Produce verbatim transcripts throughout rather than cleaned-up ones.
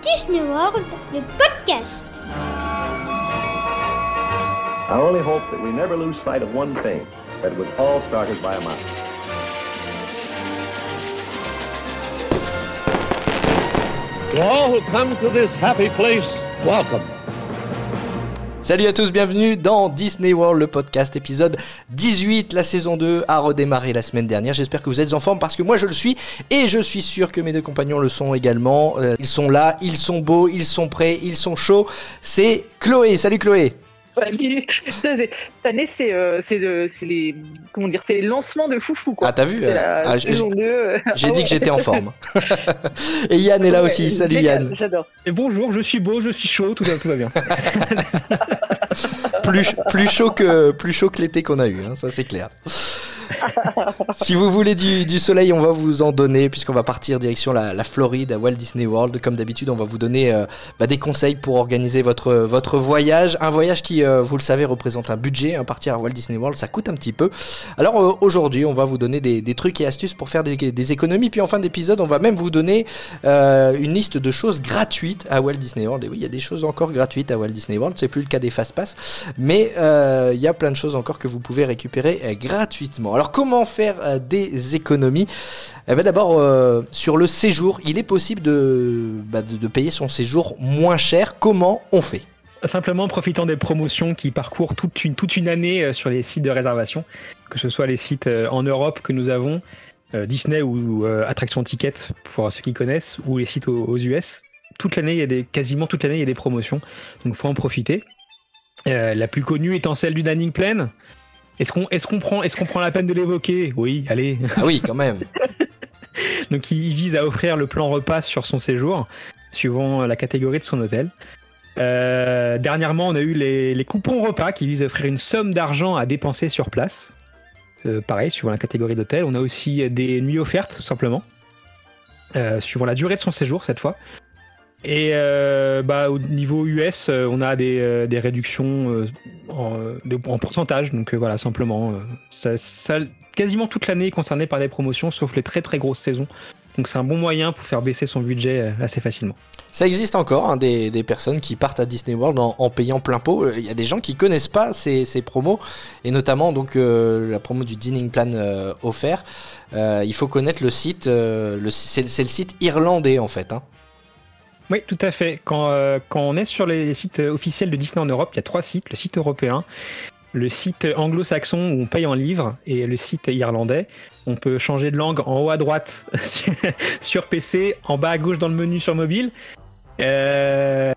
Disney World, le podcast. I only hope that we never lose sight of one thing, that it was all started by a mouse. To all who come to this happy place, welcome. Salut à tous, bienvenue dans Disney World, le podcast, épisode dix-huit. La saison deux a redémarré la semaine dernière. J'espère que vous êtes en forme parce que moi je le suis et je suis sûr que mes deux compagnons le sont également. Euh, ils sont là, ils sont beaux, ils sont prêts, ils sont chauds. C'est Chloé. Salut Chloé. Salut. Cette année, c'est, euh, c'est, de, c'est les comment dire, c'est les lancements de Foufou, quoi. Ah, t'as vu, c'est euh, la ah, saison j'ai, deux. j'ai Ah dit ouais. que j'étais en forme. Et Yann est là Ouais, aussi. Salut génial, Yann. J'adore. Et bonjour, je suis beau, je suis chaud, tout va, tout va bien. plus, plus chaud que, plus chaud que l'été qu'on a eu, hein, ça c'est clair. Si vous voulez du, du soleil, on va vous en donner puisqu'on va partir direction la, la Floride à Walt Disney World. Comme d'habitude, on va vous donner euh, bah, des conseils pour organiser votre, votre voyage. Un voyage qui, euh, vous le savez, représente un budget. Hein, partir à Walt Disney World, ça coûte un petit peu. Alors euh, aujourd'hui, on va vous donner des, des trucs et astuces pour faire des, des économies. Puis en fin d'épisode, on va même vous donner euh, une liste de choses gratuites à Walt Disney World. Et oui, il y a des choses encore gratuites à Walt Disney World. C'est plus le cas des Fast Pass, mais euh, il y a plein de choses encore que vous pouvez récupérer euh, gratuitement. Alors comment faire euh, des économies ? Eh ben d'abord euh, sur le séjour, il est possible de, bah, de, de payer son séjour moins cher. Comment on fait ? Simplement en profitant des promotions qui parcourent toute une, toute une année sur les sites de réservation, que ce soit les sites en Europe que nous avons, euh, Disney ou euh, Attraction Ticket pour ceux qui connaissent, ou les sites aux, aux U S. Toute l'année, il y a des, quasiment toute l'année, il y a des promotions, donc il faut en profiter. Euh, la plus connue étant celle du Dining Plan. Est-ce qu'on, est-ce qu'on prend, est-ce qu'on prend la peine de l'évoquer ? Oui, allez. Ah oui, quand même. Donc il vise à offrir le plan repas sur son séjour, suivant la catégorie de son hôtel. Euh, dernièrement, on a eu les, les coupons repas qui visent à offrir une somme d'argent à dépenser sur place. Euh, pareil, suivant la catégorie d'hôtel. On a aussi des nuits offertes, tout simplement, euh, suivant la durée de son séjour cette fois. Et euh, bah, au niveau U S, euh, on a des, euh, des réductions euh, en, de, en pourcentage. Donc euh, voilà, simplement, euh, ça, ça, quasiment toute l'année est concernée par des promotions, sauf les très très grosses saisons. Donc c'est un bon moyen pour faire baisser son budget euh, assez facilement. Ça existe encore, hein, des, des personnes qui partent à Disney World en, en payant plein pot. Il y a des gens qui connaissent pas ces, ces promos, et notamment donc euh, la promo du Dining Plan euh, offert. Euh, il faut connaître le site, euh, le, c'est, c'est le site irlandais en fait, hein. Oui, tout à fait. Quand, euh, quand on est sur les sites officiels de Disney en Europe, il y a trois sites. Le site européen, le site anglo-saxon où on paye en livres et le site irlandais. On peut changer de langue en haut à droite sur P C, en bas à gauche dans le menu sur mobile. Euh,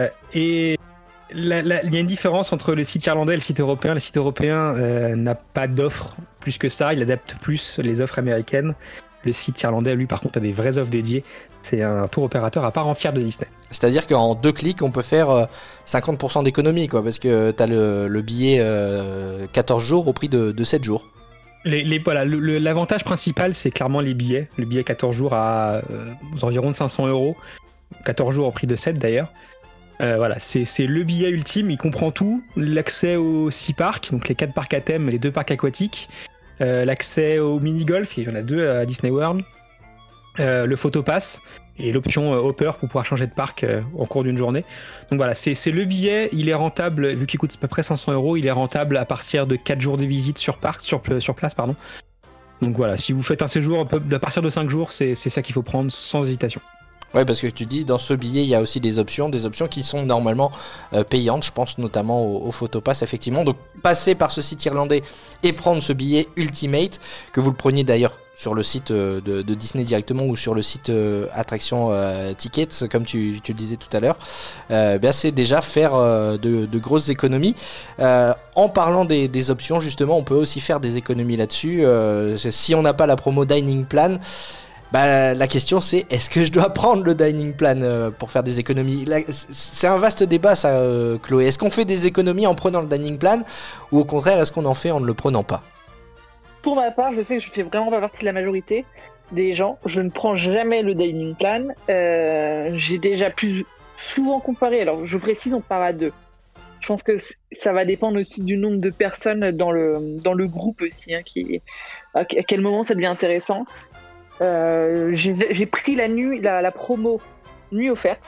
et la, la, il y a une différence entre le site irlandais et le site européen. Le site européen euh, n'a pas d'offres plus que ça. Il adapte plus les offres américaines. Le site irlandais, lui, par contre, a des vraies offres dédiées. C'est un tour opérateur à part entière de Disney. C'est-à-dire qu'en deux clics, on peut faire cinquante pour cent d'économie, quoi, parce que tu as le, le billet euh, quatorze jours au prix de, de sept jours. Les, les, voilà, le, le, l'avantage principal, c'est clairement les billets. Le billet quatorze jours à euh, aux environs de cinq cents euros. quatorze jours au prix de sept d'ailleurs. Euh, voilà, c'est, c'est le billet ultime. Il comprend tout. L'accès aux six parcs, donc les quatre parcs à thème et les deux parcs aquatiques. Euh, l'accès au mini-golf, il y en a deux à Disney World. Euh, le photopass et l'option euh, Hopper pour pouvoir changer de parc euh, au cours d'une journée. Donc voilà, c'est, c'est le billet, il est rentable, vu qu'il coûte à peu près cinq cents euros, il est rentable à partir de quatre jours de visite sur, parc, sur, sur place. Pardon. Donc voilà, si vous faites un séjour à partir de cinq jours, c'est, c'est ça qu'il faut prendre sans hésitation. Ouais, parce que tu dis, dans ce billet, il y a aussi des options, des options qui sont normalement euh, payantes. Je pense notamment au, au Photopass, effectivement. Donc, passer par ce site irlandais et prendre ce billet Ultimate, que vous le preniez d'ailleurs sur le site euh, de, de Disney directement ou sur le site euh, Attraction euh, Tickets, comme tu, tu le disais tout à l'heure, euh, ben, c'est déjà faire euh, de, de grosses économies. Euh, en parlant des, des options, justement, on peut aussi faire des économies là-dessus. Euh, si on n'a pas la promo Dining Plan, bah, la question c'est, est-ce que je dois prendre le Dining Plan euh, pour faire des économies ? Là, c'est un vaste débat ça, euh, Chloé. Est-ce qu'on fait des économies en prenant le Dining Plan ou au contraire, est-ce qu'on en fait en ne le prenant pas ? Pour ma part, je sais que je fais vraiment pas partie de la majorité des gens. Je ne prends jamais le Dining Plan. Euh, j'ai déjà plus souvent comparé. Alors, je précise, on part à deux. Je pense que ça va dépendre aussi du nombre de personnes dans le, dans le groupe aussi, hein, qui, à quel moment ça devient intéressant. Euh, j'ai, j'ai pris la nuit, la, la promo nuit offerte.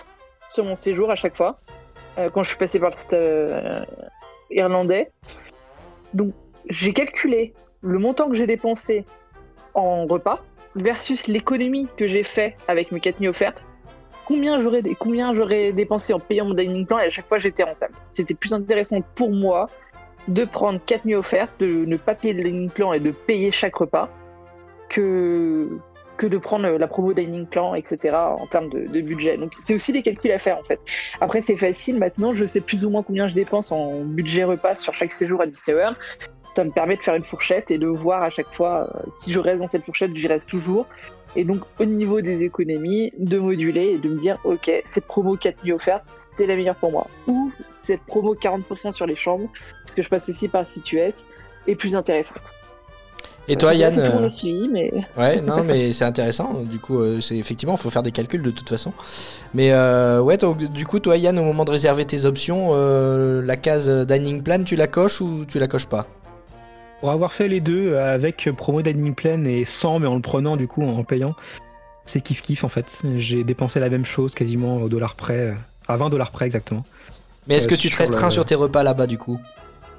sur mon séjour à chaque fois, euh, quand je suis passé par le site euh, irlandais. Donc, j'ai calculé le montant que j'ai dépensé en repas versus l'économie que j'ai fait avec mes quatre nuits offertes. Combien j'aurais, combien j'aurais dépensé en payant mon dining plan, et à chaque fois j'étais rentable. C'était plus intéressant pour moi de prendre quatre nuits offertes, de ne pas payer le dining plan et de payer chaque repas que, que de prendre la promo dining plan, et cetera en termes de, de budget. Donc c'est aussi des calculs à faire en fait. Après c'est facile, maintenant je sais plus ou moins combien je dépense en budget repas sur chaque séjour à Disney World. Ça me permet de faire une fourchette et de voir à chaque fois euh, si je reste dans cette fourchette, j'y reste toujours. Et donc, au niveau des économies, de moduler et de me dire, ok, cette promo quatre nuits offertes, c'est la meilleure pour moi. Ou cette promo quarante pour cent sur les chambres, parce que je passe aussi par le site U S, est plus intéressante. Et toi, euh, Yann c'est tout euh... mon suivi, mais... Ouais, non, mais c'est intéressant. Du coup, euh, c'est effectivement, il faut faire des calculs de toute façon. Mais euh, ouais, donc, du coup, toi, Yann, au moment de réserver tes options, euh, la case dining plan, tu la coches ou tu la coches pas ? Pour avoir fait les deux avec promo dining plan et sans, mais en le prenant du coup en payant, c'est kiff kiff en fait. J'ai dépensé la même chose quasiment au dollar près, à vingt dollars près exactement. Mais est-ce euh, que tu te restreins le... sur tes repas là-bas du coup ?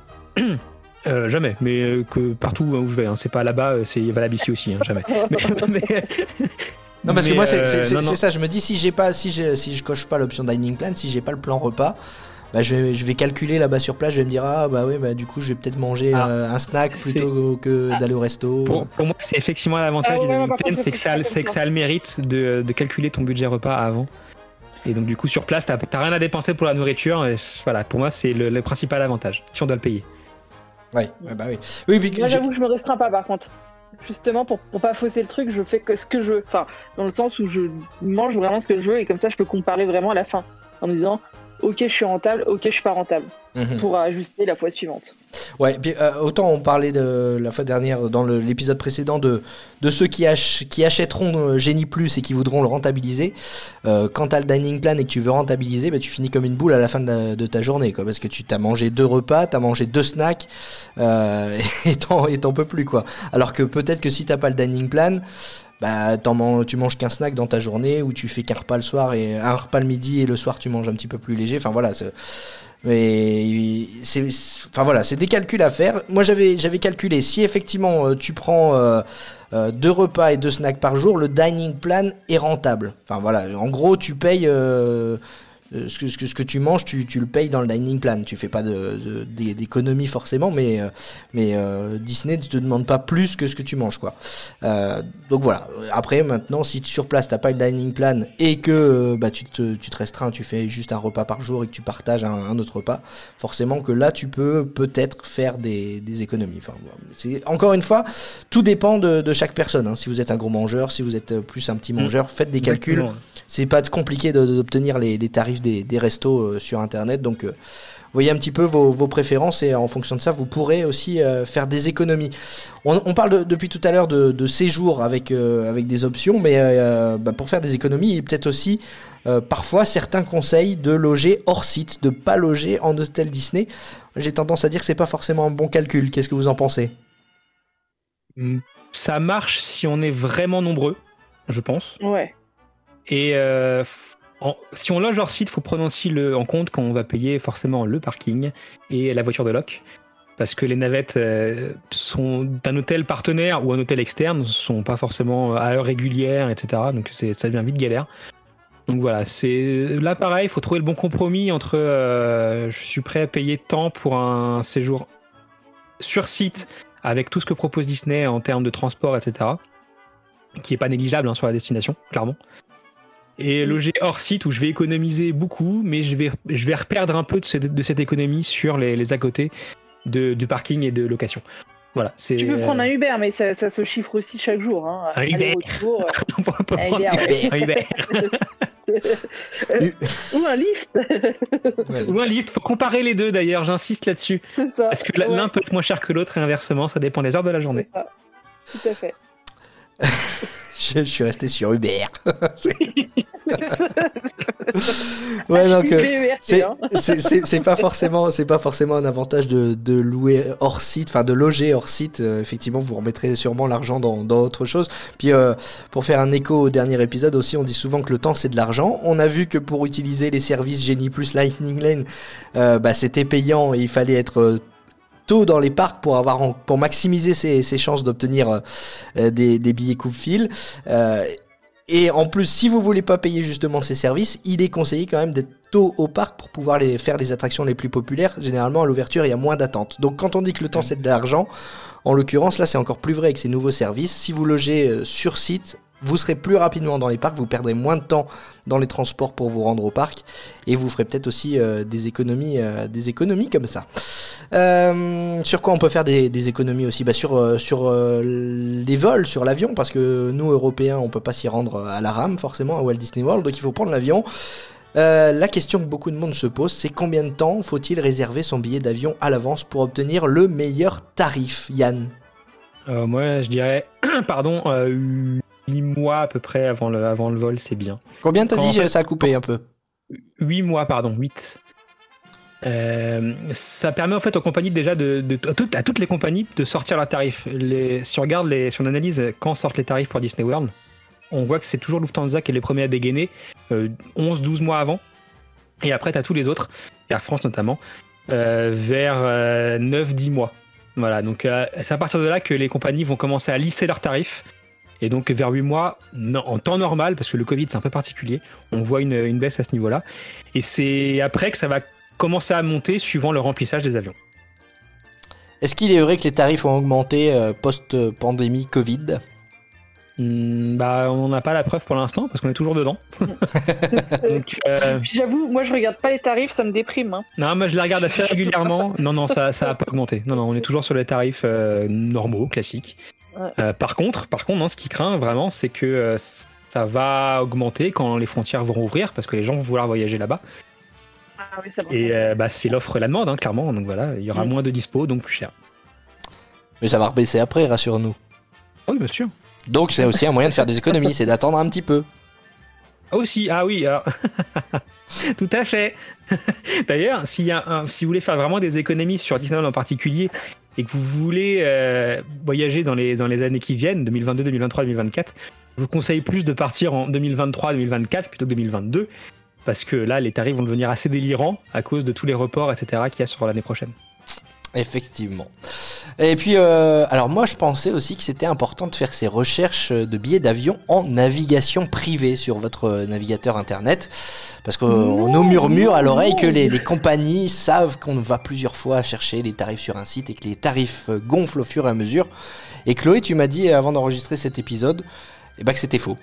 euh, Jamais, mais euh, que partout où je vais, hein. C'est pas là-bas, c'est valable ici aussi, hein, jamais. mais, mais... Non parce mais que moi c'est, c'est, euh, c'est, non, c'est non. ça, je me dis si j'ai pas, si je, si je coche pas l'option dining plan, si j'ai pas le plan repas. Bah je, vais, je vais calculer là-bas sur place, je vais me dire ah bah oui bah du coup je vais peut-être manger ah, euh, un snack plutôt c'est... que d'aller au resto. Pour, pour moi c'est effectivement l'avantage ah, ouais, du dining plan, c'est que ça, c'est que ça a le mérite de, de calculer ton budget repas avant. Et donc du coup sur place t'as, t'as rien à dépenser pour la nourriture. Et voilà, pour moi c'est le, le principal avantage si on doit le payer. Ouais, ouais bah oui. Oui puis moi j'avoue que je me restreins pas par contre. Justement pour, pour pas fausser le truc, je fais que ce que je veux. Enfin dans le sens où je mange vraiment ce que je veux et comme ça je peux comparer vraiment à la fin en me disant ok je suis rentable, ok je suis pas rentable, mmh. pour ajuster la fois suivante. Ouais, puis euh, autant on parlait de la fois dernière dans le, l'épisode précédent de de ceux qui, ach- qui achèteront euh, Genie Plus et qui voudront le rentabiliser. Euh, quand t'as le dining plan et que tu veux rentabiliser, bah tu finis comme une boule à la fin de, de ta journée, quoi, parce que tu t'as mangé deux repas, t'as mangé deux snacks euh, et t'en et t'en peux plus quoi. Alors que peut-être que si t'as pas le dining plan, bah t'en manges, tu manges qu'un snack dans ta journée ou tu fais qu'un repas le soir et un repas le midi et le soir tu manges un petit peu plus léger. Enfin voilà, c'est, mais c'est, enfin voilà, c'est des calculs à faire. Moi j'avais j'avais calculé si effectivement tu prends euh, euh, deux repas et deux snacks par jour, le dining plan est rentable. Enfin voilà, en gros tu payes euh, ce que, ce que ce que tu manges, tu tu le payes dans le dining plan. Tu fais pas de, de d'économie forcément, mais mais euh, Disney ne te demande pas plus que ce que tu manges quoi. Euh, donc voilà. Après maintenant, si sur place t'as pas le dining plan et que bah tu te tu te restreins, tu fais juste un repas par jour et que tu partages un, un autre repas, forcément que là tu peux peut-être faire des des économies. Enfin c'est encore une fois, tout dépend de de chaque personne. Hein. Si vous êtes un gros mangeur, si vous êtes plus un petit mangeur, faites des calculs. Exactement. C'est pas compliqué de, d'obtenir les, les tarifs des, des restos euh, sur internet, donc euh, voyez un petit peu vos, vos préférences et en fonction de ça vous pourrez aussi euh, faire des économies. On, on parle de, depuis tout à l'heure de, de séjour avec, euh, avec des options, mais euh, bah, pour faire des économies il y a peut-être aussi euh, parfois certains conseils de loger hors site, de pas loger en hôtel Disney. J'ai tendance à dire que c'est pas forcément un bon calcul. Qu'est-ce que vous en pensez ? Ça marche si on est vraiment nombreux, je pense. Ouais. Et euh, en, si on loge hors site, il faut prendre aussi le, en compte qu'on va payer forcément le parking et la voiture de loc. Parce que les navettes euh, sont d'un hôtel partenaire ou un hôtel externe, ne sont pas forcément à heure régulière, et cetera. Donc c'est, ça devient vite galère. Donc voilà, c'est là pareil, il faut trouver le bon compromis entre euh, je suis prêt à payer tant pour un séjour sur site avec tout ce que propose Disney en termes de transport, et cetera. Qui est pas négligeable hein, sur la destination, clairement. Et loger hors site où je vais économiser beaucoup, mais je vais, je vais reperdre un peu de, ce, de cette économie sur les, les à côté de, du parking et de location. Voilà, c'est... Tu peux prendre un Uber, mais ça, ça se chiffre aussi chaque jour. Hein. Un Uber. Retour, On peut prendre un Uber. Un Uber. Ou un lift. Ou un lift. Faut comparer les deux d'ailleurs. J'insiste là-dessus. C'est ça. Parce que l'un ouais. peut être moins cher que l'autre et inversement, ça dépend des heures de la journée. C'est ça. Tout à fait. je, je suis resté sur Uber. Ouais, donc euh, P E R T, c'est, hein. c'est, c'est, c'est pas forcément, c'est pas forcément un avantage de, de louer hors site, enfin de loger hors site. Euh, effectivement, vous remettrez sûrement l'argent dans, dans autre chose. Puis euh, pour faire un écho au dernier épisode aussi, on dit souvent que le temps c'est de l'argent. On a vu que pour utiliser les services Genie Plus, Lightning Lane, euh, bah c'était payant et il fallait être euh, tôt dans les parcs pour avoir en, pour maximiser ses, ses chances d'obtenir euh, des, des billets coupe-fil. Euh, Et en plus, si vous voulez pas payer justement ces services, il est conseillé quand même d'être tôt au parc pour pouvoir les faire les attractions les plus populaires. Généralement, à l'ouverture, il y a moins d'attente. Donc quand on dit que le temps c'est de l'argent, en l'occurrence, là c'est encore plus vrai avec ces nouveaux services. Si vous logez euh, sur site, vous serez plus rapidement dans les parcs, vous perdrez moins de temps dans les transports pour vous rendre au parc, et vous ferez peut-être aussi euh, des économies, euh, des économies comme ça. Euh, sur quoi on peut faire des, des économies aussi ? Bah sur euh, sur euh, les vols, sur l'avion, parce que nous Européens, on peut pas s'y rendre à la rame forcément à Walt Disney World, donc il faut prendre l'avion. Euh, la question que beaucoup de monde se pose, c'est combien de temps faut-il réserver son billet d'avion à l'avance pour obtenir le meilleur tarif, Yann ? Euh, moi, je dirais, pardon, euh, huit mois à peu près avant le, avant le vol, c'est bien. Combien t'as Quand dit ? en fait- Ça a coupé un peu. huit mois, pardon, huit. Euh, ça permet en fait aux compagnies déjà de, de, à, toutes, à toutes les compagnies de sortir leurs tarifs. Les, si on regarde, les, si on analyse quand sortent les tarifs pour Disney World, on voit que c'est toujours Lufthansa qui est les premiers à dégainer euh, onze douze mois avant. Et après, tu as tous les autres, Air France notamment, euh, vers euh, neuf dix mois. Voilà, donc euh, c'est à partir de là que les compagnies vont commencer à lisser leurs tarifs. Et donc vers huit mois, non, en temps normal, parce que le Covid c'est un peu particulier, on voit une, une baisse à ce niveau-là. Et c'est après que ça va commencer à monter suivant le remplissage des avions. Est-ce qu'il est vrai que les tarifs ont augmenté euh, post-pandémie Covid ? Hmm, bah, on n'a pas la preuve pour l'instant parce qu'on est toujours dedans. Donc, euh, Puis j'avoue, moi je regarde pas les tarifs, ça me déprime. Hein. non, moi je la regarde assez régulièrement. Non, non, ça, ça a pas augmenté. Non, non, on est toujours sur les tarifs euh, normaux, classiques. Ouais. Euh, par contre, par contre, non, ce qui craint vraiment, c'est que euh, ça va augmenter quand les frontières vont rouvrir parce que les gens vont vouloir voyager là-bas. Ah oui, ça va. Et euh, bah, c'est l'offre et la demande, hein, clairement. Donc voilà, il y aura Mm. moins de dispo, donc plus cher. Mais ça va rebaisser après, rassure-nous. Ah oui, bien sûr. Donc c'est aussi un moyen de faire des économies, c'est d'attendre un petit peu. Ah aussi, ah oui, alors... tout à fait. D'ailleurs, s'il y a un- si vous voulez faire vraiment des économies sur Disneyland en particulier et que vous voulez euh, voyager dans les, dans les années qui viennent, deux mille vingt-deux, deux mille vingt-trois, deux mille vingt-quatre, je vous conseille plus de partir en deux mille vingt-trois, deux mille vingt-quatre plutôt que deux mille vingt-deux parce que là, les tarifs vont devenir assez délirants à cause de tous les reports, et cetera qu'il y a sur l'année prochaine. Effectivement. Et puis, euh, alors moi je pensais aussi que c'était important de faire ces recherches de billets d'avion en navigation privée sur votre navigateur internet, parce qu'on Non, nous murmure à non, l'oreille non. que les, les compagnies savent qu'on va plusieurs fois chercher les tarifs sur un site et que les tarifs gonflent au fur et à mesure. Et Chloé, tu m'as dit avant d'enregistrer cet épisode, eh ben, que c'était faux.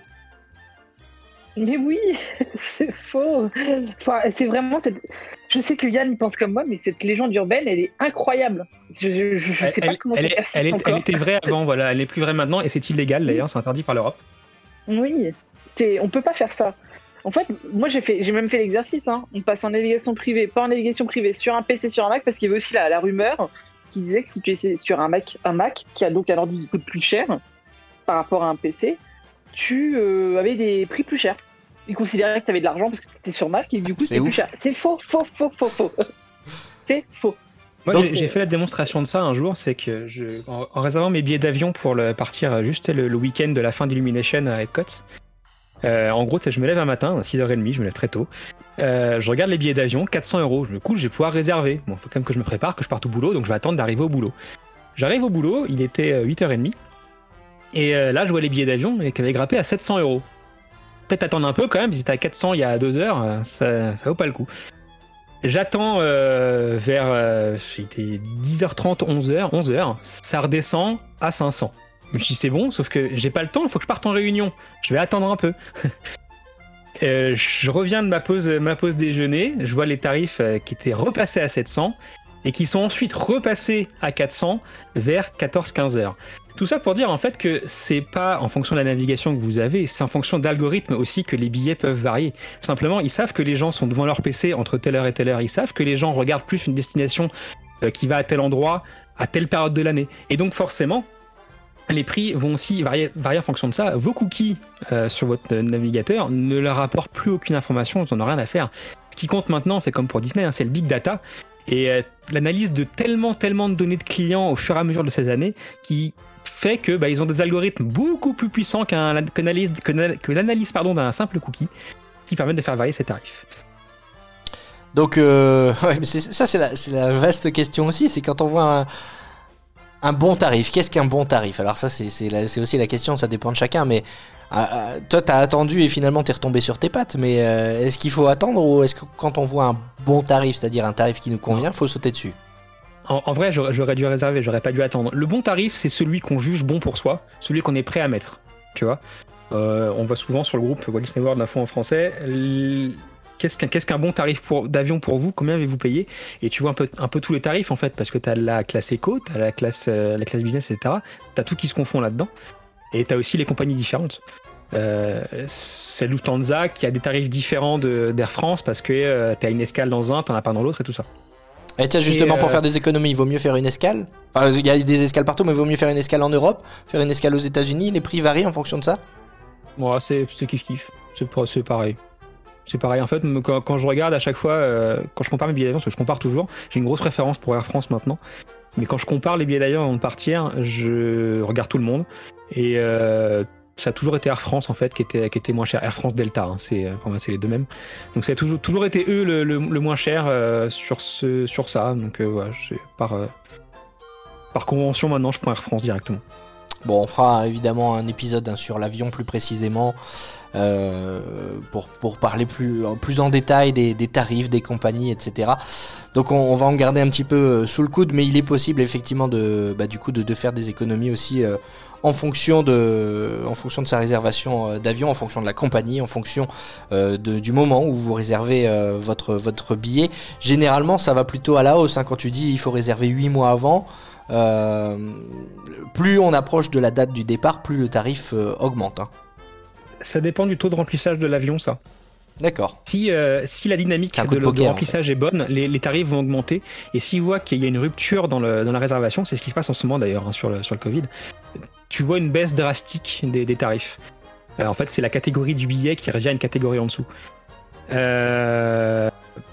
Mais oui, c'est faux. Enfin, c'est vraiment cette... Je sais que Yann il pense comme moi, mais cette légende urbaine, elle est incroyable. Je, je, je, je sais elle, pas comment elle ça est- persiste elle est- encore. elle était vraie avant, voilà, elle n'est plus vraie maintenant et c'est illégal d'ailleurs, c'est interdit par l'Europe. Oui, c'est, on peut pas faire ça. En fait, moi j'ai fait, j'ai même fait l'exercice. Hein. On passe en navigation privée, pas en navigation privée, sur un P C, sur un Mac, parce qu'il y avait aussi la, la rumeur qui disait que si tu étais sur un Mac, un Mac qui a donc un ordi qui coûte plus cher par rapport à un P C, tu euh, avais des prix plus chers. Ils considéraient que tu avais de l'argent parce que tu étais sur Mac et du coup C'est c'était plus ouf. cher. C'est faux, faux, faux, faux, faux. C'est faux. Moi, Donc- j'ai- j'ai fait la démonstration de ça un jour, c'est que je, en, en réservant mes billets d'avion pour le, partir juste le, le week-end de la fin d'Illumination à Epcot, euh, en gros, tu sais, je me lève un matin, à six heures trente, je me lève très tôt, euh, je regarde les billets d'avion, quatre cents euros, je me couche, je vais pouvoir réserver. Bon, il faut quand même que je me prépare, que je parte au boulot, donc je vais attendre d'arriver au boulot. J'arrive au boulot, il était euh, huit heures trente, et euh, là, je vois les billets d'avion et qui avaient grappé à sept cents euros. Peut-être attendre un peu quand même, si j'étais à quatre cents il y a deux heures, euh, ça, ça vaut pas le coup. J'attends euh, vers euh, c'était dix heures trente, onze heures, onze heures, ça redescend à cinq cents. Je me suis dit c'est bon, sauf que j'ai pas le temps, il faut que je parte en réunion. Je vais attendre un peu. euh, je reviens de ma pause, ma pause déjeuner, je vois les tarifs euh, qui étaient repassés à sept cents et qui sont ensuite repassés à quatre cents vers quatorze quinze heures. Tout ça pour dire en fait que c'est pas en fonction de la navigation que vous avez, c'est en fonction d'algorithmes aussi que les billets peuvent varier. Simplement, ils savent que les gens sont devant leur P C entre telle heure et telle heure, ils savent que les gens regardent plus une destination euh, qui va à tel endroit à telle période de l'année. Et donc forcément, les prix vont aussi varier, varier en fonction de ça. Vos cookies euh, sur votre navigateur ne leur apportent plus aucune information, ils n'en ont rien à faire. Ce qui compte maintenant, c'est comme pour Disney, hein, c'est le big data et euh, l'analyse de tellement, tellement de données de clients au fur et à mesure de ces années qui fait que bah, ils ont des algorithmes beaucoup plus puissants qu'un, que l'analyse, que l'analyse pardon, d'un simple cookie qui permettent de faire varier ces tarifs. Donc, euh, ouais, mais c'est, ça, c'est la, c'est la vaste question aussi. C'est quand on voit un, un bon tarif. Qu'est-ce qu'un bon tarif ? Alors, ça, c'est, c'est, la, c'est aussi la question. Ça dépend de chacun. Mais euh, toi, t'as attendu et finalement, t'es retombé sur tes pattes. Mais euh, est-ce qu'il faut attendre ou est-ce que quand on voit un bon tarif, c'est-à-dire un tarif qui nous convient, il faut sauter dessus ? En, en vrai, j'aurais, j'aurais dû réserver. J'aurais pas dû attendre. Le bon tarif, c'est celui qu'on juge bon pour soi, celui qu'on est prêt à mettre. Tu vois, euh, on voit souvent sur le groupe Walt Disney World Info en français. L... Qu'est-ce qu'un, qu'est-ce qu'un bon tarif pour, d'avion pour vous ? Combien avez-vous payé ? Et tu vois un peu, un peu tous les tarifs en fait, parce que tu as la classe éco, tu as la classe, euh, la classe business, et cetera. Tu as tout qui se confond là-dedans. Et tu as aussi les compagnies différentes. Euh, c'est Lufthansa qui a des tarifs différents de, d'Air France parce que euh, tu as une escale dans un, tu n'en as pas dans l'autre et tout ça. Et tiens, justement, et euh... pour faire des économies, il vaut mieux faire une escale ? Enfin, il y a des escales partout, mais il vaut mieux faire une escale en Europe, faire une escale aux États-Unis. Les prix varient en fonction de ça ? Moi, ouais, c'est, c'est kiff-kiff. C'est, c'est pareil. C'est pareil, en fait, quand, quand je regarde à chaque fois, euh, quand je compare mes billets d'avion, parce que je compare toujours, j'ai une grosse préférence pour Air France maintenant, mais quand je compare les billets d'avion avant de partir, je regarde tout le monde, et euh, ça a toujours été Air France, en fait, qui était, qui était moins cher. Air France Delta, hein, c'est, enfin, c'est les deux mêmes. Donc ça a toujours, toujours été eux le, le, le moins cher euh, sur, ce, sur ça, donc euh, ouais, j'ai, par, euh, par convention, maintenant, je prends Air France directement. Bon, on fera évidemment un épisode hein, sur l'avion plus précisément euh, pour, pour parler plus, plus en détail des, des tarifs, des compagnies, et cetera. Donc on, on va en garder un petit peu sous le coude, mais il est possible effectivement de, bah, du coup, de, de faire des économies aussi euh, en, fonction de, en fonction de sa réservation d'avion, en fonction de la compagnie, en fonction euh, de, du moment où vous réservez euh, votre, votre billet. Généralement, ça va plutôt à la hausse. Hein, quand tu dis il faut réserver huit mois avant, Euh, plus on approche de la date du départ, plus le tarif euh, augmente. Hein. Ça dépend du taux de remplissage de l'avion, ça. D'accord. Si, euh, si la dynamique de, de, poker, de remplissage en fait. est bonne, les, les tarifs vont augmenter. Et s'ils voient qu'il y a une rupture dans, le, dans la réservation, c'est ce qui se passe en ce moment d'ailleurs hein, sur, le, sur le Covid, tu vois une baisse drastique des, des tarifs. Alors, en fait, c'est la catégorie du billet qui revient à une catégorie en dessous. Euh...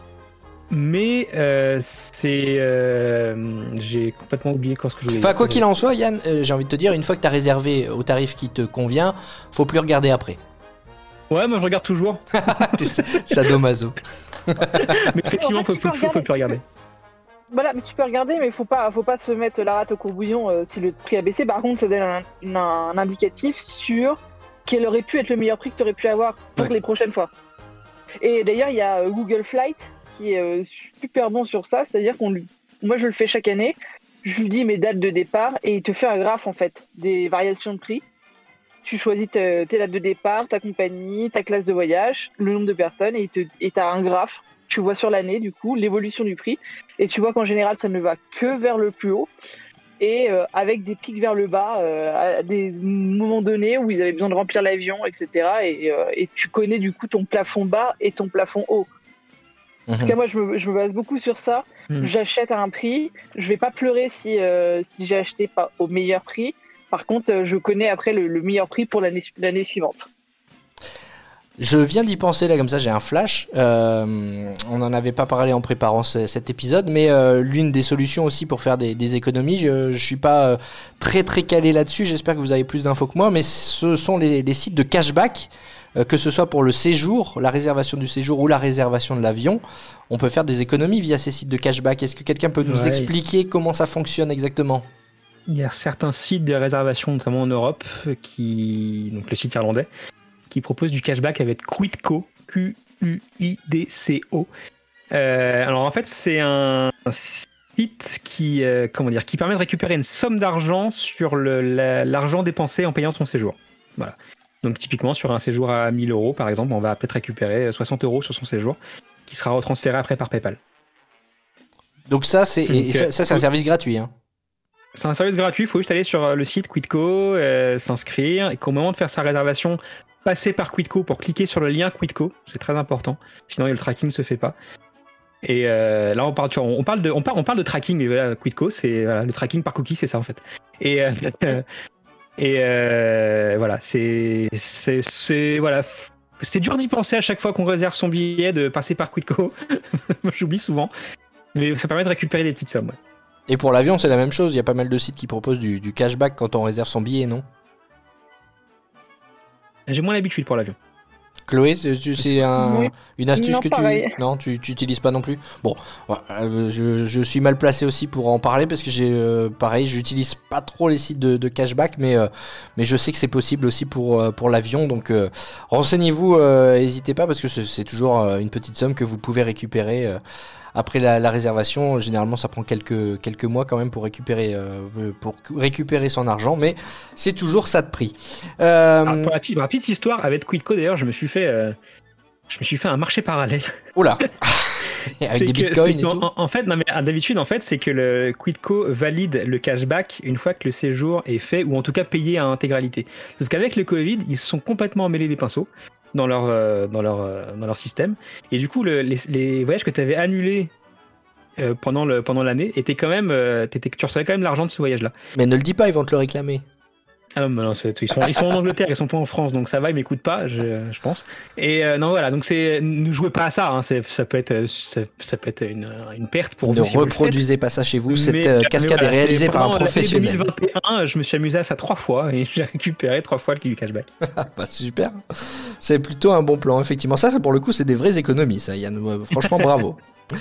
Mais euh, c'est. Euh, j'ai complètement oublié quoi ce que je voulais dire. Enfin, quoi qu'il en soit, Yann, euh, j'ai envie de te dire, une fois que tu as réservé au tarif qui te convient, faut plus regarder après. Ouais, moi je regarde toujours. T'es sadomaso. Mais effectivement, il faut, faut, faut, faut plus regarder. Voilà, mais tu peux regarder, mais faut pas, faut pas se mettre la rate au courbouillon euh, si le prix a baissé. Par contre, ça donne un, un, un indicatif sur quel aurait pu être le meilleur prix que tu aurais pu avoir pour ouais. les prochaines fois. Et d'ailleurs, il y a Google Flight qui est euh, super bon sur ça, c'est-à-dire qu'on lui... moi je le fais chaque année, je lui dis mes dates de départ et il te fait un graphe en fait des variations de prix. Tu choisis te, tes dates de départ, ta compagnie, ta classe de voyage, le nombre de personnes et tu as un graphe. Tu vois sur l'année du coup l'évolution du prix et tu vois qu'en général ça ne va que vers le plus haut et euh, avec des pics vers le bas euh, à des moments donnés où ils avaient besoin de remplir l'avion, et cetera. Et, euh, et tu connais du coup ton plafond bas et ton plafond haut. En tout cas, moi, je me, je me base beaucoup sur ça. Mmh. J'achète à un prix. Je vais pas pleurer si, euh, si j'ai acheté pas au meilleur prix. Par contre, je connais après le, le meilleur prix pour l'année, l'année suivante. Je viens d'y penser, là, comme ça, j'ai un flash. Euh, on n'en avait pas parlé en préparant ce, cet épisode, mais euh, l'une des solutions aussi pour faire des, des économies, je ne suis pas euh, très, très calé là-dessus. J'espère que vous avez plus d'infos que moi, mais ce sont les, les sites de cashback. Euh, que ce soit pour le séjour, la réservation du séjour ou la réservation de l'avion, on peut faire des économies via ces sites de cashback. Est-ce que quelqu'un peut nous ouais. expliquer comment ça fonctionne exactement ? Il y a certains sites de réservation, notamment en Europe, qui, donc le site irlandais, qui proposent du cashback avec Quidco, Q U I D C O. Euh, alors en fait, c'est un site qui, euh, comment dire, qui permet de récupérer une somme d'argent sur le, la, l'argent dépensé en payant son séjour. Voilà. Donc typiquement sur un séjour à mille euros par exemple, on va peut-être récupérer soixante euros sur son séjour qui sera retransféré après par PayPal. Donc ça c'est, Donc, et ça, ça c'est un service gratuit hein. C'est un service gratuit, il faut juste aller sur le site Quidco, euh, s'inscrire et qu'au moment de faire sa réservation, passer par Quidco pour cliquer sur le lien Quidco, c'est très important, sinon le tracking ne se fait pas. Et euh, là on parle, on parle de, on parle, on parle de tracking, mais voilà, Quidco c'est voilà, le tracking par cookie, c'est ça en fait. Et euh, Et euh, voilà, c'est, c'est, c'est, voilà, c'est dur d'y penser à chaque fois qu'on réserve son billet, de passer par Quidco. J'oublie souvent. Mais ça permet de récupérer des petites sommes. Ouais. Et pour l'avion, c'est la même chose. Il y a pas mal de sites qui proposent du, du cashback quand on réserve son billet, non ? J'ai moins l'habitude pour l'avion. Chloé, c'est, c'est un, Oui. une astuce Non, que pareil. tu non tu tu utilises pas non plus. Bon, euh, je, je suis mal placé aussi pour en parler parce que j'ai euh, pareil, j'utilise pas trop les sites de, de cashback, mais euh, mais je sais que c'est possible aussi pour euh, pour l'avion. Donc euh, renseignez-vous, euh, n'hésitez pas parce que c'est, c'est toujours euh, une petite somme que vous pouvez récupérer. Euh, Après la, la réservation, généralement ça prend quelques, quelques mois quand même pour récupérer, euh, pour récupérer son argent, mais c'est toujours ça de prix. Euh... Alors, pour la petite, pour la petite histoire, avec Quidco d'ailleurs, je me suis fait, euh, je me suis fait un marché parallèle. Oula. Avec C'est des que- bitcoins c'est et qu'en- tout. En, en fait, non, mais ah, d'habitude, en fait, c'est que le Quidco valide le cashback une fois que le séjour est fait, ou en tout cas payé à intégralité. Sauf qu'avec le Covid, ils se sont complètement emmêlés les pinceaux dans leur, euh, dans leur, euh, dans leur système. Et du coup, le- les, les voyages que tu avais annulés euh, pendant, le, pendant l'année étaient quand même, euh, t'étais- tu recevais quand même l'argent de ce voyage-là. Mais ne le dis pas, ils vont te le réclamer. Ah non, mais non, c'est- ils sont, ils sont en Angleterre, ils sont pas en France, donc ça va, ils m'écoutent pas, je, je pense. Et euh, non, voilà, donc c'est, ne jouez pas à ça, hein, c'est, ça peut être, ça, ça peut être une, une perte pour Ne vous. si vous le faites. reproduisez pas ça chez vous. Cette Mais- euh, mais cascade voilà, est réalisée c'est par un pendant l'année professionnel. deux mille vingt et un, je me suis amusé à ça trois fois et j'ai récupéré trois fois le cashback. Ah, bah, super. C'est plutôt un bon plan, effectivement. Ça, pour le coup, c'est des vraies économies, ça, Yann. Euh, Franchement, bravo.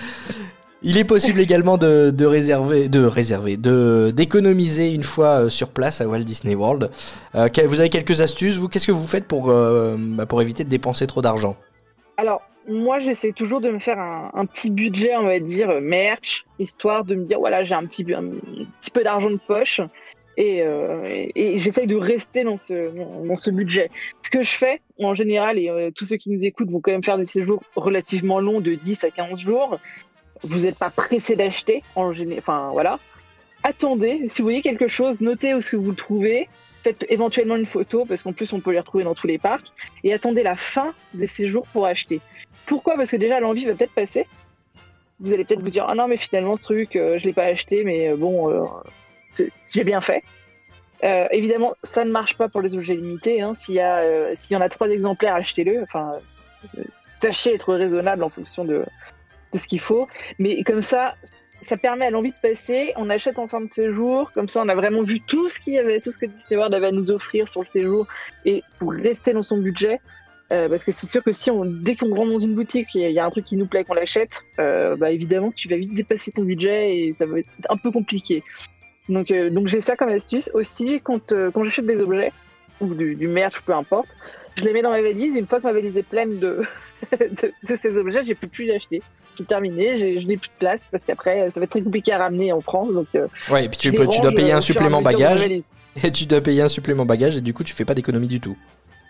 Il est possible également de, de réserver, de réserver, de d'économiser une fois euh, sur place à Walt Disney World. Euh, que- vous avez quelques astuces, vous, qu'est-ce que vous faites pour euh, bah, pour éviter de dépenser trop d'argent ? Alors, moi, j'essaie toujours de me faire un, un petit budget, on va dire, euh, merch, histoire de me dire, voilà, j'ai un petit, un petit peu d'argent de poche. Et, euh, et, et j'essaye de rester dans ce, dans ce budget. Ce que je fais, en général, et euh, tous ceux qui nous écoutent vont quand même faire des séjours relativement longs, de dix à quinze jours. Vous n'êtes pas pressé d'acheter, en général. Enfin, voilà. Attendez, si vous voyez quelque chose, notez où est-ce que vous le trouvez. Faites éventuellement une photo, parce qu'en plus, on peut les retrouver dans tous les parcs. Et attendez la fin des séjours pour acheter. Pourquoi ? Parce que déjà, l'envie va peut-être passer. Vous allez peut-être vous dire, ah non, mais finalement, ce truc, euh, je l'ai pas acheté, mais euh, bon, euh, c'est- j'ai bien fait. Euh, évidemment, ça ne marche pas pour les objets limités. Hein. S'il y a, euh, s'il y en a trois exemplaires, achetez-le. Enfin, euh, sachez être raisonnable en fonction de, de ce qu'il faut. Mais comme ça, ça permet à l'envie de passer. On achète en fin de séjour. Comme ça, on a vraiment vu tout ce qu'il y avait, tout ce que Disney World avait à nous offrir sur le séjour. Et pour rester dans son budget, euh, parce que c'est sûr que si on, dès qu'on rentre dans une boutique, il y, a- il y a un truc qui nous plaît, qu'on l'achète, euh, bah évidemment, tu vas vite dépasser ton budget et ça va être un peu compliqué. Donc, euh, donc j'ai ça comme astuce. Aussi, quand, euh, quand j'achète des objets, ou du, du merch, peu importe, je les mets dans ma valise. Et une fois que ma valise est pleine de, de, de ces objets, j'ai plus plus les acheter. C'est terminé, j'ai, je n'ai plus de place parce qu'après, ça va être très compliqué à ramener en France. Donc, euh, Ouais, et puis tu, je les peux, tu dois range, payer euh, un au fur et à supplément mesure de ma bagage. valise. Et tu dois payer un supplément bagage et du coup, tu fais pas d'économie du tout.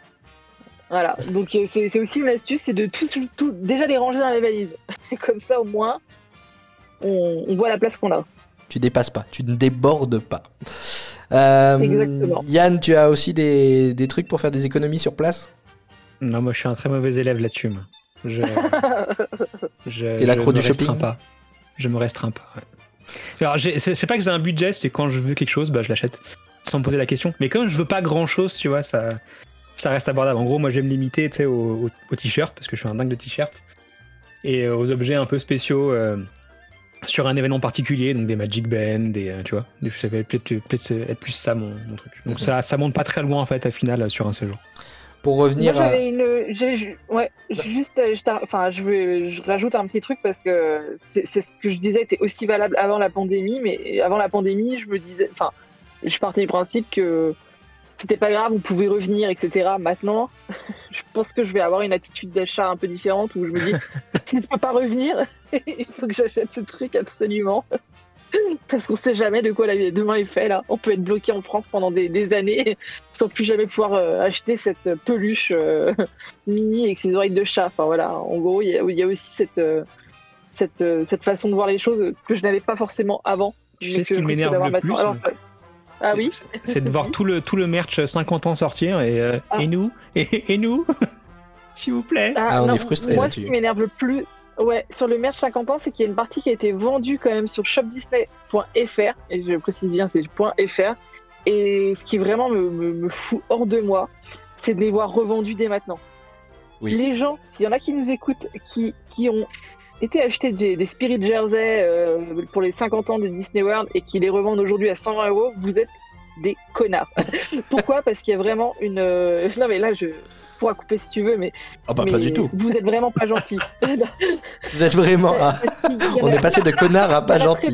Voilà, donc euh, c'est, c'est aussi une astuce, c'est de tout, tout déjà les ranger dans la valise. Comme ça, au moins, on, on voit la place qu'on a. Tu dépasses pas, tu ne débordes pas. Euh, Exactement. Yann, tu as aussi des, des trucs pour faire des économies sur place ? Non, moi je suis un très mauvais élève là-dessus. moi. Je, je, T'es l'accro je me du restreins shopping ? pas. Je me restreins pas. ouais. Alors, j'ai- c'est, c'est pas que j'ai un budget, c'est quand je veux quelque chose, bah je l'achète sans me poser la question. Mais comme je veux pas grand-chose, tu vois, ça, ça reste abordable. En gros, moi je vais me limiter, tu sais, aux, aux, aux t-shirts parce que je suis un dingue de t-shirts et euh, aux objets un peu spéciaux. euh, sur un événement particulier, donc des Magic Band, des, euh, tu vois, ça va peut-être, peut-être être plus ça mon, mon truc. Donc Mhm. ça, ça monte pas très loin en fait, à final, sur un séjour. Pour Moi, revenir à... j'avais une, j'ai, ju- ouais, juste, euh, je t'ar- enfin, je veux, je rajoute un petit truc parce que c'est, c'est ce que je disais était aussi valable avant la pandémie, mais avant la pandémie, je me disais, enfin, je partais du principe que c'était pas grave, on pouvait revenir, et cetera. Maintenant, je pense que je vais avoir une attitude d'achat un peu différente où je me dis, si je peux pas revenir, il faut que j'achète ce truc absolument. Parce qu'on sait jamais de quoi la vie demain est fait là. On peut être bloqué en France pendant des, des années sans plus jamais pouvoir euh, acheter cette peluche euh, mini avec ses oreilles de chat. Enfin voilà, en gros, il y, a- il y a aussi cette, euh, cette, euh, cette façon de voir les choses que je n'avais pas forcément avant. Tu mais sais ce que qui je risque m'énerve d'avoir le maintenant. plus, Alors, ça- Ah oui. C'est- C'est de voir tout le, tout le merch cinquante ans sortir et, euh, Ah. et nous et, et nous s'il vous plaît. Ah, on non, est frustrés Moi, là-dessus. ce qui m'énerve le plus, ouais, sur le merch cinquante ans, c'est qu'il y a une partie qui a été vendue quand même sur shop disney point f r, et je précise bien, c'est .fr, Et ce qui vraiment me, me, me fout hors de moi, c'est de les voir revendus dès maintenant. Oui. Les gens, s'il y en a qui nous écoutent, qui, qui ont été acheter des, des Spirit Jersey euh, pour les cinquante ans de Disney World et qui les revendent aujourd'hui à cent vingt euros, vous êtes des connards. Pourquoi ? Parce qu'il y a vraiment une... Euh... Non mais là, je pourrais couper si tu veux, mais... Ah bah mais pas du tout. Vous êtes vraiment pas gentil. Vous êtes vraiment... Ah, on est passé de connard à pas gentil.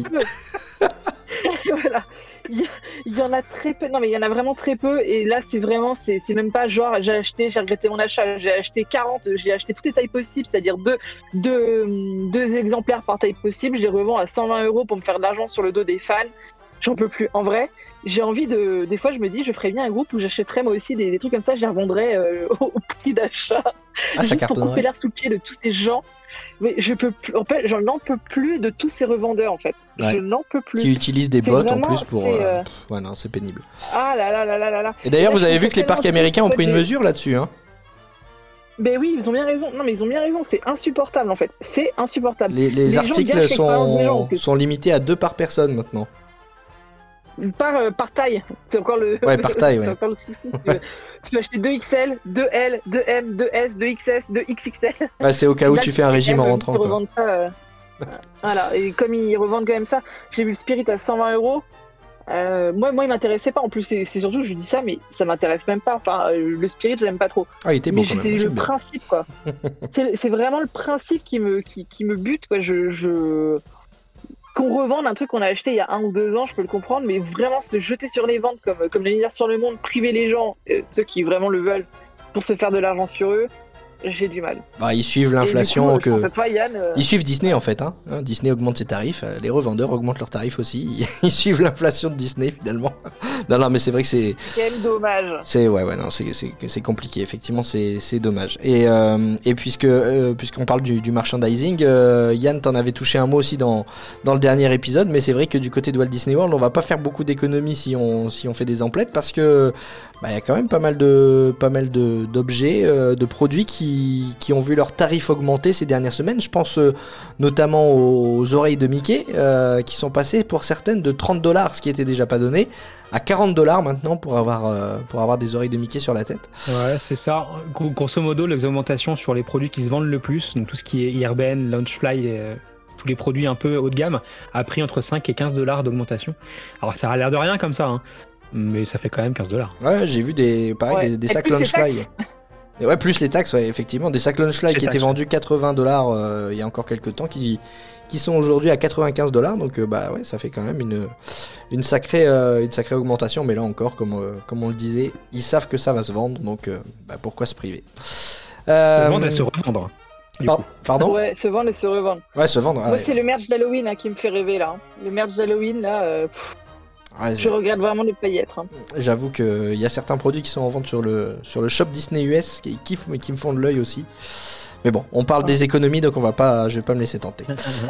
Voilà. Il y, il y en a très peu. Non mais il y en a vraiment très peu. Et là, c'est vraiment... C'est, c'est même pas genre, j'ai acheté, j'ai regretté mon achat. J'ai acheté quarante, j'ai acheté toutes les tailles possibles, c'est-à-dire deux, deux, deux exemplaires par taille possible. Je les revends à cent vingt euros pour me faire de l'argent sur le dos des fans. J'en peux plus. En vrai, j'ai envie de... Des fois, je me dis, je ferais bien un groupe où j'achèterais moi aussi des, des trucs comme ça, je les revendrais euh, au prix d'achat. Ah, ça juste pour couper l'air sous le pied de tous ces gens. Mais je peux plus... En fait, j'en n'en peux plus de tous ces revendeurs, en fait. Ouais. Je n'en peux plus. Qui utilisent des C'est bots vraiment, en plus pour... c'est, euh... euh... Ouais, non, c'est pénible. Ah là là là là là là. Et d'ailleurs, Et là, vous avez je vu que les trouve parcs tellement américains ont triste, pris une j'ai- mesure là-dessus, hein. Ben oui, ils ont bien raison. Non, mais ils ont bien raison. C'est insupportable, en fait. C'est insupportable. Les, les Les gens articles gâchent l'expérience des gens, en sont, plus. sont limités à deux par personne maintenant. Par, euh, par taille, c'est encore le. Ouais, par taille, ouais. C'est encore le souci. Tu, veux, tu peux acheter deux X L, deux L, deux M, deux S, deux X S, deux X X L. Ouais, c'est au cas où Là, tu fais un régime en rentrant, Ils quoi. revendent ça. euh, Voilà, et comme ils revendent quand même ça, j'ai vu le Spirit à cent vingt euros. Euh, moi, moi, il m'intéressait pas. En plus, c'est, c'est surtout, je dis ça, mais ça m'intéresse même pas. Enfin, euh, le Spirit, j'aime pas trop. Ah, il était beau Mais quand c'est même. le j'aime bien. principe, quoi. c'est, c'est vraiment le principe qui me, qui, qui me bute, quoi. Je, je... Qu'on revende un truc qu'on a acheté il y a un ou deux ans, je peux le comprendre, mais vraiment se jeter sur les ventes comme, comme l'univers sur le monde, priver les gens, euh, ceux qui vraiment le veulent, pour se faire de l'argent sur eux, j'ai du mal. Bah, ils suivent Et du l'inflation coup, je pense que. à toi, Yann, euh, Ils suivent Disney en fait, hein. Hein, Disney augmente ses tarifs, euh, les revendeurs augmentent leurs tarifs aussi. Ils suivent l'inflation de Disney finalement. Non, non, mais c'est vrai que c'est, c'est quand même dommage. c'est ouais, ouais, non, c'est, c'est, c'est compliqué. Effectivement, c'est, c'est dommage. Et euh, et puisque euh, puisqu'on parle du, du merchandising, euh, Yann, t'en avais touché un mot aussi dans dans le dernier épisode, mais c'est vrai que du côté de Walt Disney World, on va pas faire beaucoup d'économies si on si on fait des emplettes parce que bah, y a quand même pas mal de pas mal de d'objets, euh, de produits qui qui ont vu leurs tarifs augmenter ces dernières semaines. Je pense euh, notamment aux oreilles de Mickey euh, qui sont passées pour certaines de trente dollars, ce qui était déjà pas donné, à quarante dollars maintenant pour avoir euh, pour avoir des oreilles de Mickey sur la tête. Ouais, c'est ça. Gros- Grosso modo, les augmentations sur les produits qui se vendent le plus, donc tout ce qui est Airben, Launchfly, et, euh, tous les produits un peu haut de gamme, a pris entre cinq et quinze dollars d'augmentation. Alors ça a l'air de rien comme ça, hein, mais ça fait quand même quinze dollars. Ouais, j'ai vu des pareil Ouais. des, des Et sacs plus les Launchfly. taxes. Et ouais, plus les taxes, ouais, effectivement, des sacs Launchfly Les qui étaient taxes, vendus quatre-vingts dollars euh, il y a encore quelques temps, qui qui sont aujourd'hui à quatre-vingt-quinze dollars. Donc euh, bah ouais, ça fait quand même une une sacrée euh, une sacrée augmentation. Mais là encore, comme euh, comme on le disait, ils savent que ça va se vendre, donc euh, bah, pourquoi se priver. Euh, Se vendre et se revendre. du par- coup. pardon. Ouais, se vendre et se revendre. Ouais, se vendre. ah Moi, ouais. c'est le merch d'Halloween hein, qui me fait rêver là. hein. Le merch d'Halloween là, euh, pff, Ouais, je regrette vraiment de ne pas y être. hein. J'avoue qu'il y a certains produits qui sont en vente sur le, sur le shop Disney U S qui kiffent mais qui me font de l'œil aussi. Mais bon, on parle des économies donc on va pas, je vais pas me laisser tenter.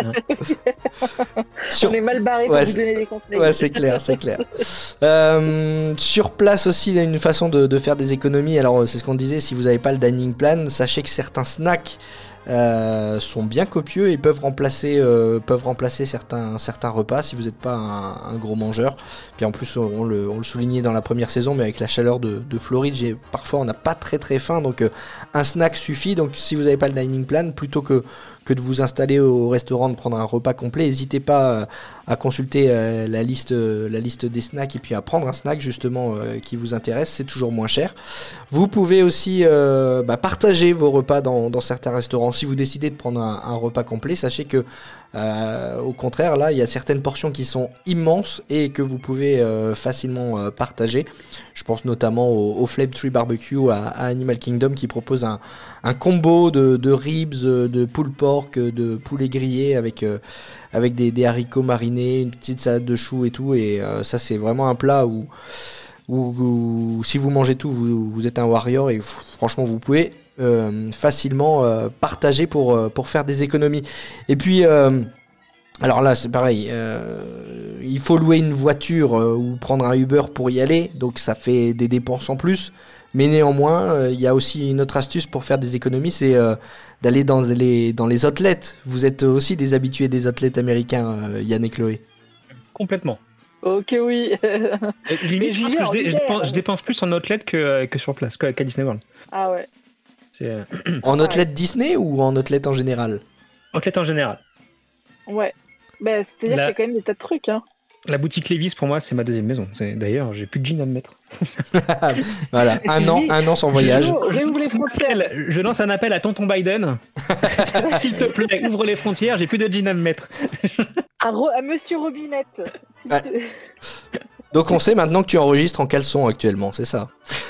Sur- On est mal barré pour Ouais, vous c'est- donner des conseils. Ouais, c'est clair, c'est clair. Euh, sur place aussi, il y a une façon de, de faire des économies. Alors, c'est ce qu'on disait, si vous n'avez pas le dining plan, sachez que certains snacks euh, sont bien copieux et peuvent remplacer, euh, peuvent remplacer certains, certains repas si vous n'êtes pas un, un gros mangeur. Puis en plus, on le, on le soulignait dans la première saison, mais avec la chaleur de, de Floride, j'ai, parfois on n'a pas très très faim, donc euh, un snack suffit. Donc si vous n'avez pas le dining plan, plutôt que, que de vous installer au restaurant, de prendre un repas complet, n'hésitez pas euh, à consulter euh, la, liste, euh, la liste des snacks et puis à prendre un snack justement euh, qui vous intéresse, c'est toujours moins cher. Vous pouvez aussi euh, bah, partager vos repas dans, dans certains restaurants. Si vous décidez de prendre un, un repas complet, sachez que euh, au contraire, là, il y a certaines portions qui sont immenses et que vous pouvez euh, facilement euh, partager. Je pense notamment au, au Flame Tree Barbecue à, à Animal Kingdom qui propose un, un combo de, de ribs, de pulled pork, de poulet grillé avec, euh, avec des, des haricots marinés, une petite salade de choux et tout. Et euh, ça, c'est vraiment un plat où, où, où si vous mangez tout, vous, vous êtes un warrior et f- franchement, vous pouvez euh, facilement euh, partager pour, euh, pour faire des économies. Et puis... Euh, alors là, c'est pareil, euh, il faut louer une voiture euh, ou prendre un Uber pour y aller, donc ça fait des dépenses en plus. Mais néanmoins, euh, il y a aussi une autre astuce pour faire des économies, c'est euh, d'aller dans les, dans les outlets. Vous êtes aussi des habitués des outlets américains, euh, Yann et Chloé. Complètement. Ok, oui. Limite, je, pense que je, dé- je, dépense, je dépense plus en outlet que, que sur place, qu'à Disney World. Ah ouais. C'est, euh... En outlet Disney ou en outlet en général? Outlet en général. Ouais. Bah, c'est-à-dire La... qu'il y a quand même des tas de trucs, hein. La boutique Levi's, pour moi, c'est ma deuxième maison. C'est... D'ailleurs, j'ai plus de jeans à me mettre. Voilà, un an, un an sans voyage. Je, je, les frontières. je lance un appel à tonton Biden. S'il te plaît, ouvre les frontières, j'ai plus de jeans à me mettre. à, Ro- à Monsieur Robinette. Ouais. Te... Donc on sait maintenant que tu enregistres en caleçon actuellement, c'est ça?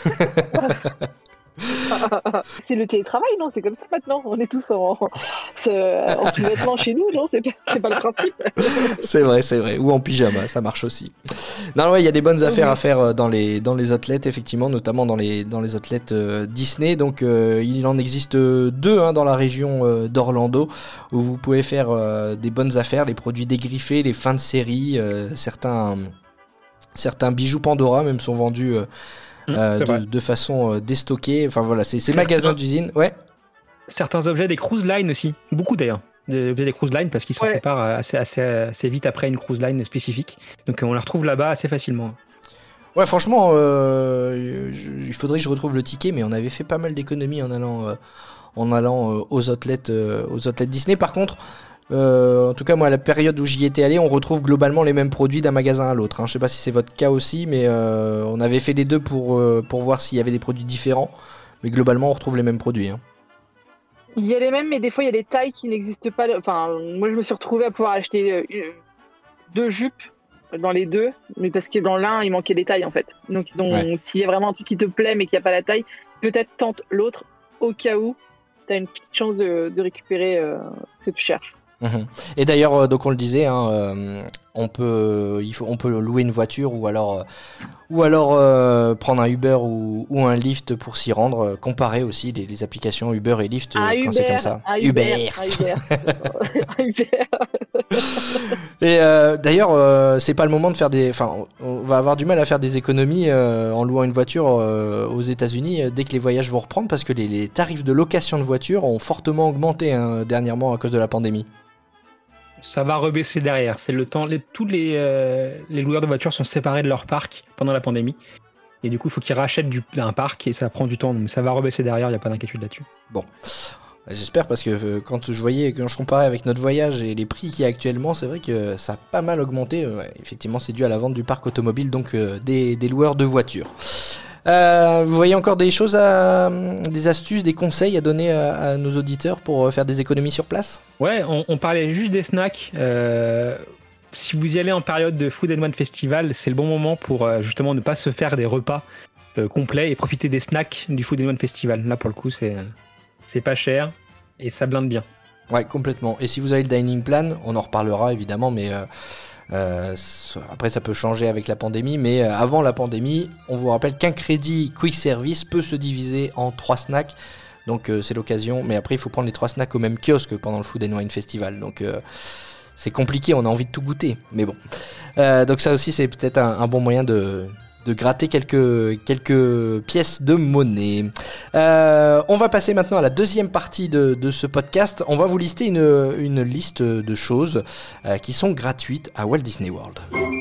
C'est le télétravail, non? C'est comme ça maintenant. On est tous en, en sous-vêtements chez nous, non? C'est pas, c'est pas le principe. C'est vrai, c'est vrai. Ou en pyjama, ça marche aussi. Non, ouais, il y a des bonnes affaires à faire dans les dans les outlets, effectivement, notamment dans les dans les outlets euh, Disney. Donc euh, il en existe deux hein, dans la région euh, d'Orlando où vous pouvez faire euh, des bonnes affaires, les produits dégriffés, les fins de série, euh, certains certains bijoux Pandora même sont vendus. Euh, Euh, de, de façon euh, déstockée, enfin voilà, c'est ces magasins d'usine, ouais. Certains objets des cruise lines aussi, beaucoup d'ailleurs, des objets des cruise lines parce qu'ils s'en ouais. séparent assez, assez, assez vite après une cruise line spécifique, donc on les retrouve là-bas assez facilement. Ouais, franchement, euh, je, il faudrait que je retrouve le ticket, mais on avait fait pas mal d'économies en allant, euh, en allant euh, aux outlets, euh, aux outlets Disney. Par contre, Euh, en tout cas moi à la période où j'y étais allé on retrouve globalement les mêmes produits d'un magasin à l'autre hein. Je sais pas si c'est votre cas aussi mais euh, on avait fait les deux pour, euh, pour voir s'il y avait des produits différents mais globalement on retrouve les mêmes produits hein. Il y a les mêmes mais des fois il y a des tailles qui n'existent pas. Enfin moi je me suis retrouvé à pouvoir acheter une, deux jupes dans les deux mais parce que dans l'un il manquait des tailles en fait donc ils ont ouais. S'il y a vraiment un truc qui te plaît mais qu'il n'y a pas la taille peut-être tente l'autre au cas où tu as une petite chance de, de récupérer euh, ce que tu cherches. Mmh. Et d'ailleurs, euh, donc on le disait, hein, euh, on peut, il faut, on peut louer une voiture ou alors, euh, ou alors euh, prendre un Uber ou, ou un Lyft pour s'y rendre. Euh, comparer aussi les, les applications Uber et Lyft euh, quand Uber, c'est comme ça. Uber. Uber. Uber. Et euh, d'ailleurs, euh, c'est pas le moment de faire des. Enfin, on va avoir du mal à faire des économies euh, en louant une voiture euh, aux États-Unis euh, dès que les voyages vont reprendre, parce que les, les tarifs de location de voitures ont fortement augmenté hein, dernièrement à cause de la pandémie. Ça va rebaisser derrière. C'est le temps. Les, tous les, euh, les loueurs de voitures sont séparés de leur parc pendant la pandémie. Et du coup, il faut qu'ils rachètent du, un parc et ça prend du temps. Donc ça va rebaisser derrière, il n'y a pas d'inquiétude là-dessus. Bon. J'espère parce que euh, quand je voyais, quand je comparais avec notre voyage et les prix qu'il y a actuellement, c'est vrai que ça a pas mal augmenté. Ouais, effectivement, c'est dû à la vente du parc automobile, donc euh, des, des loueurs de voitures. Euh, vous voyez encore des choses, à, des astuces, des conseils à donner à, à nos auditeurs pour faire des économies sur place? Ouais, on, on parlait juste des snacks. Euh, si vous y allez en période de Food and Wine Festival, c'est le bon moment pour euh, justement ne pas se faire des repas euh, complets et profiter des snacks du Food and Wine Festival. Là, pour le coup, c'est, c'est pas cher et ça blinde bien. Ouais, complètement. Et si vous avez le dining plan, on en reparlera évidemment, mais... Euh... Euh, après ça peut changer avec la pandémie, mais euh, avant la pandémie on vous rappelle qu'un crédit quick service peut se diviser en trois snacks, donc euh, c'est l'occasion, mais après il faut prendre les trois snacks au même kiosque pendant le Food and Wine Festival, donc euh, c'est compliqué, on a envie de tout goûter, mais bon euh, donc ça aussi c'est peut-être un, un bon moyen de de gratter quelques, quelques pièces de monnaie. Euh, on va passer maintenant à la deuxième partie de, de ce podcast. On va vous lister une, une liste de choses euh, qui sont gratuites à Walt Disney World.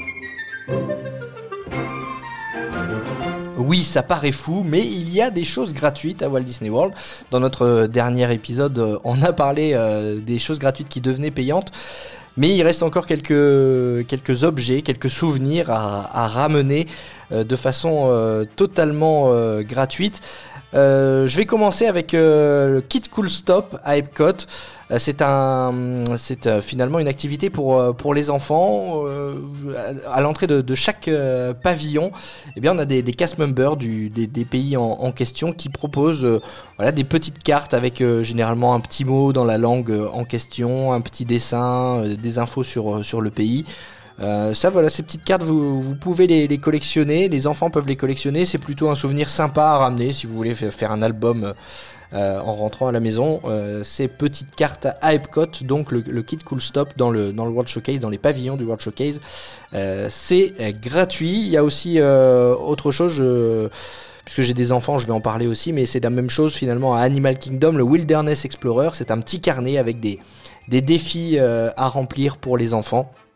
Oui, ça paraît fou, mais il y a des choses gratuites à Walt Disney World. Dans notre dernier épisode, on a parlé euh, des choses gratuites qui devenaient payantes. Mais il reste encore quelques, quelques objets, quelques souvenirs à, à ramener euh, de façon euh, totalement euh, gratuite. Euh, je vais commencer avec euh, le Kid Cool Stop à Epcot. Euh, c'est un, c'est euh, finalement une activité pour euh, pour les enfants. Euh, à l'entrée de, de chaque euh, pavillon, eh bien on a des, des cast members du des, des pays en, en question qui proposent euh, voilà des petites cartes avec euh, généralement un petit mot dans la langue euh, en question, un petit dessin, euh, des infos sur sur le pays. Euh, ça voilà, ces petites cartes vous, vous pouvez les, les collectionner, les enfants peuvent les collectionner, c'est plutôt un souvenir sympa à ramener si vous voulez faire un album euh, en rentrant à la maison. Euh, ces petites cartes à Epcot, donc le, le Kid Cool Stop dans le, dans le World Showcase, dans les pavillons du World Showcase, euh, c'est euh, gratuit. Il y a aussi euh, autre chose, je... puisque j'ai des enfants, je vais en parler aussi, mais c'est la même chose finalement à Animal Kingdom, le Wilderness Explorer, c'est un petit carnet avec des, des défis euh, à remplir pour les enfants.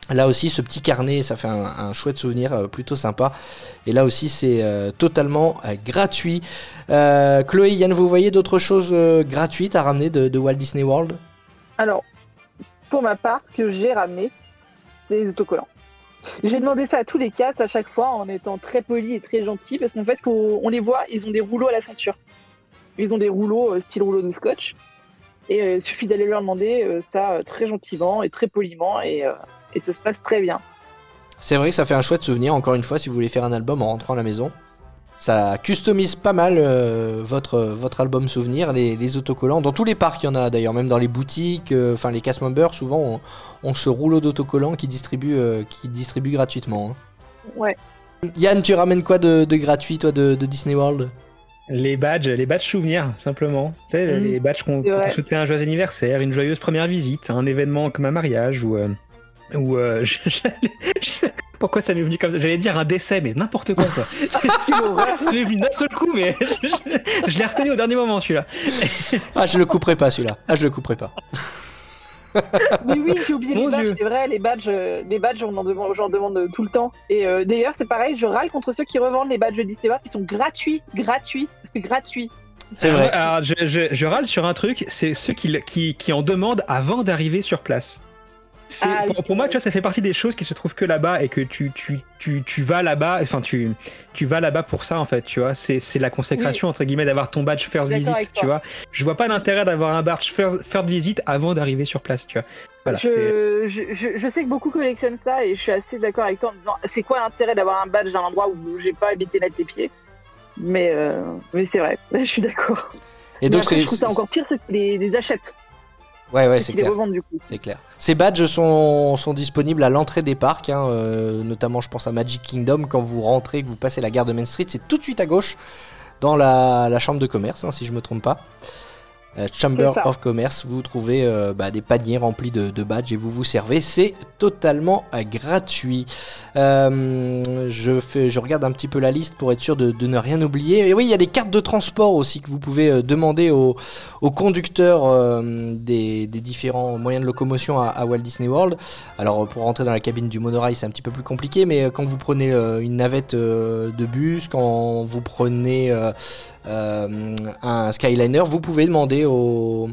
Là aussi, ce petit carnet, ça fait un, un chouette souvenir, euh, plutôt sympa. Et là aussi, c'est euh, totalement euh, gratuit. Euh, Chloé, Yann, vous voyez d'autres choses euh, gratuites à ramener de, de Walt Disney World ? Alors, pour ma part, ce que j'ai ramené, c'est les autocollants. J'ai demandé ça à tous les castes à chaque fois en étant très poli et très gentil parce qu'en fait, faut, on les voit, ils ont des rouleaux à la ceinture. Ils ont des rouleaux, euh, style rouleau de scotch. Et il euh, suffit d'aller leur demander euh, ça euh, très gentiment et très poliment et, euh, et ça se passe très bien. C'est vrai que ça fait un chouette souvenir, encore une fois, si vous voulez faire un album en rentrant à la maison. Ça customise pas mal euh, votre, votre album souvenir, les, les autocollants. Dans tous les parcs, il y en a d'ailleurs, même dans les boutiques, enfin euh, les cast members, souvent ont, ont ce rouleau d'autocollants qui distribue, euh, qui distribue gratuitement. Hein. Ouais. Yann, tu ramènes quoi de, de gratuit, toi, de, de Disney World ? Les badges, les badges souvenirs, simplement. Tu sais, mmh, les badges qu'on peut souhaiter un joyeux anniversaire, une joyeuse première visite, un événement comme un mariage ou... Euh... Ou euh, je, je, je, pourquoi ça m'est venu comme ça ? J'allais dire un décès, mais n'importe quoi, quoi. Ça m'est venu d'un seul coup, mais je, je, je l'ai retenu au dernier moment, celui-là. Ah, je le couperai pas, celui-là. Ah, je le couperai pas. Oui, oui, j'ai oublié Mon les badges, Dieu. C'est vrai, les badges, euh, les badges, on en demande, j'en demande tout le temps. Et euh, d'ailleurs, c'est pareil, je râle contre ceux qui revendent les badges de Disney World qui sont gratuits, gratuits, gratuits. C'est vrai. Alors, je, je, je râle sur un truc, c'est ceux qui, qui, qui en demandent avant d'arriver sur place. C'est, ah, pour, pour moi, tu vois, ça fait partie des choses qui se trouvent que là-bas et que tu, tu, tu, tu vas là-bas, enfin, tu, tu vas là-bas pour ça, en fait, tu vois. C'est, c'est la consécration, oui, entre guillemets, d'avoir ton badge first visit, tu vois. Je vois pas l'intérêt d'avoir un badge first, first visit avant d'arriver sur place, tu vois. Voilà, je, je, je, je sais que beaucoup collectionnent ça et je suis assez d'accord avec toi en disant c'est quoi l'intérêt d'avoir un badge d'un endroit où j'ai pas habité mettre les pieds. Mais, euh, mais c'est vrai, je suis d'accord. Et donc, après, c'est, je trouve ça encore pire, c'est qu'ils les, les achètent. Ouais, ouais, c'est clair. Revendent, du coup. C'est clair. Ces badges sont, sont disponibles à l'entrée des parcs, hein, euh, notamment je pense à Magic Kingdom. Quand vous rentrez, que vous passez la gare de Main Street, c'est tout de suite à gauche dans la, la chambre de commerce, hein, si je me trompe pas. Euh, Chamber of Commerce, vous trouvez euh, bah, des paniers remplis de, de badges et vous vous servez, c'est totalement euh, gratuit. Euh, je, fais, je regarde un petit peu la liste pour être sûr de, de ne rien oublier. Et oui, il y a des cartes de transport aussi que vous pouvez euh, demander aux, aux conducteurs euh, des, des différents moyens de locomotion à, à Walt Disney World. Alors pour rentrer dans la cabine du monorail, c'est un petit peu plus compliqué, mais quand vous prenez euh, une navette euh, de bus, quand vous prenez euh, euh, un Skyliner, vous pouvez demander aux,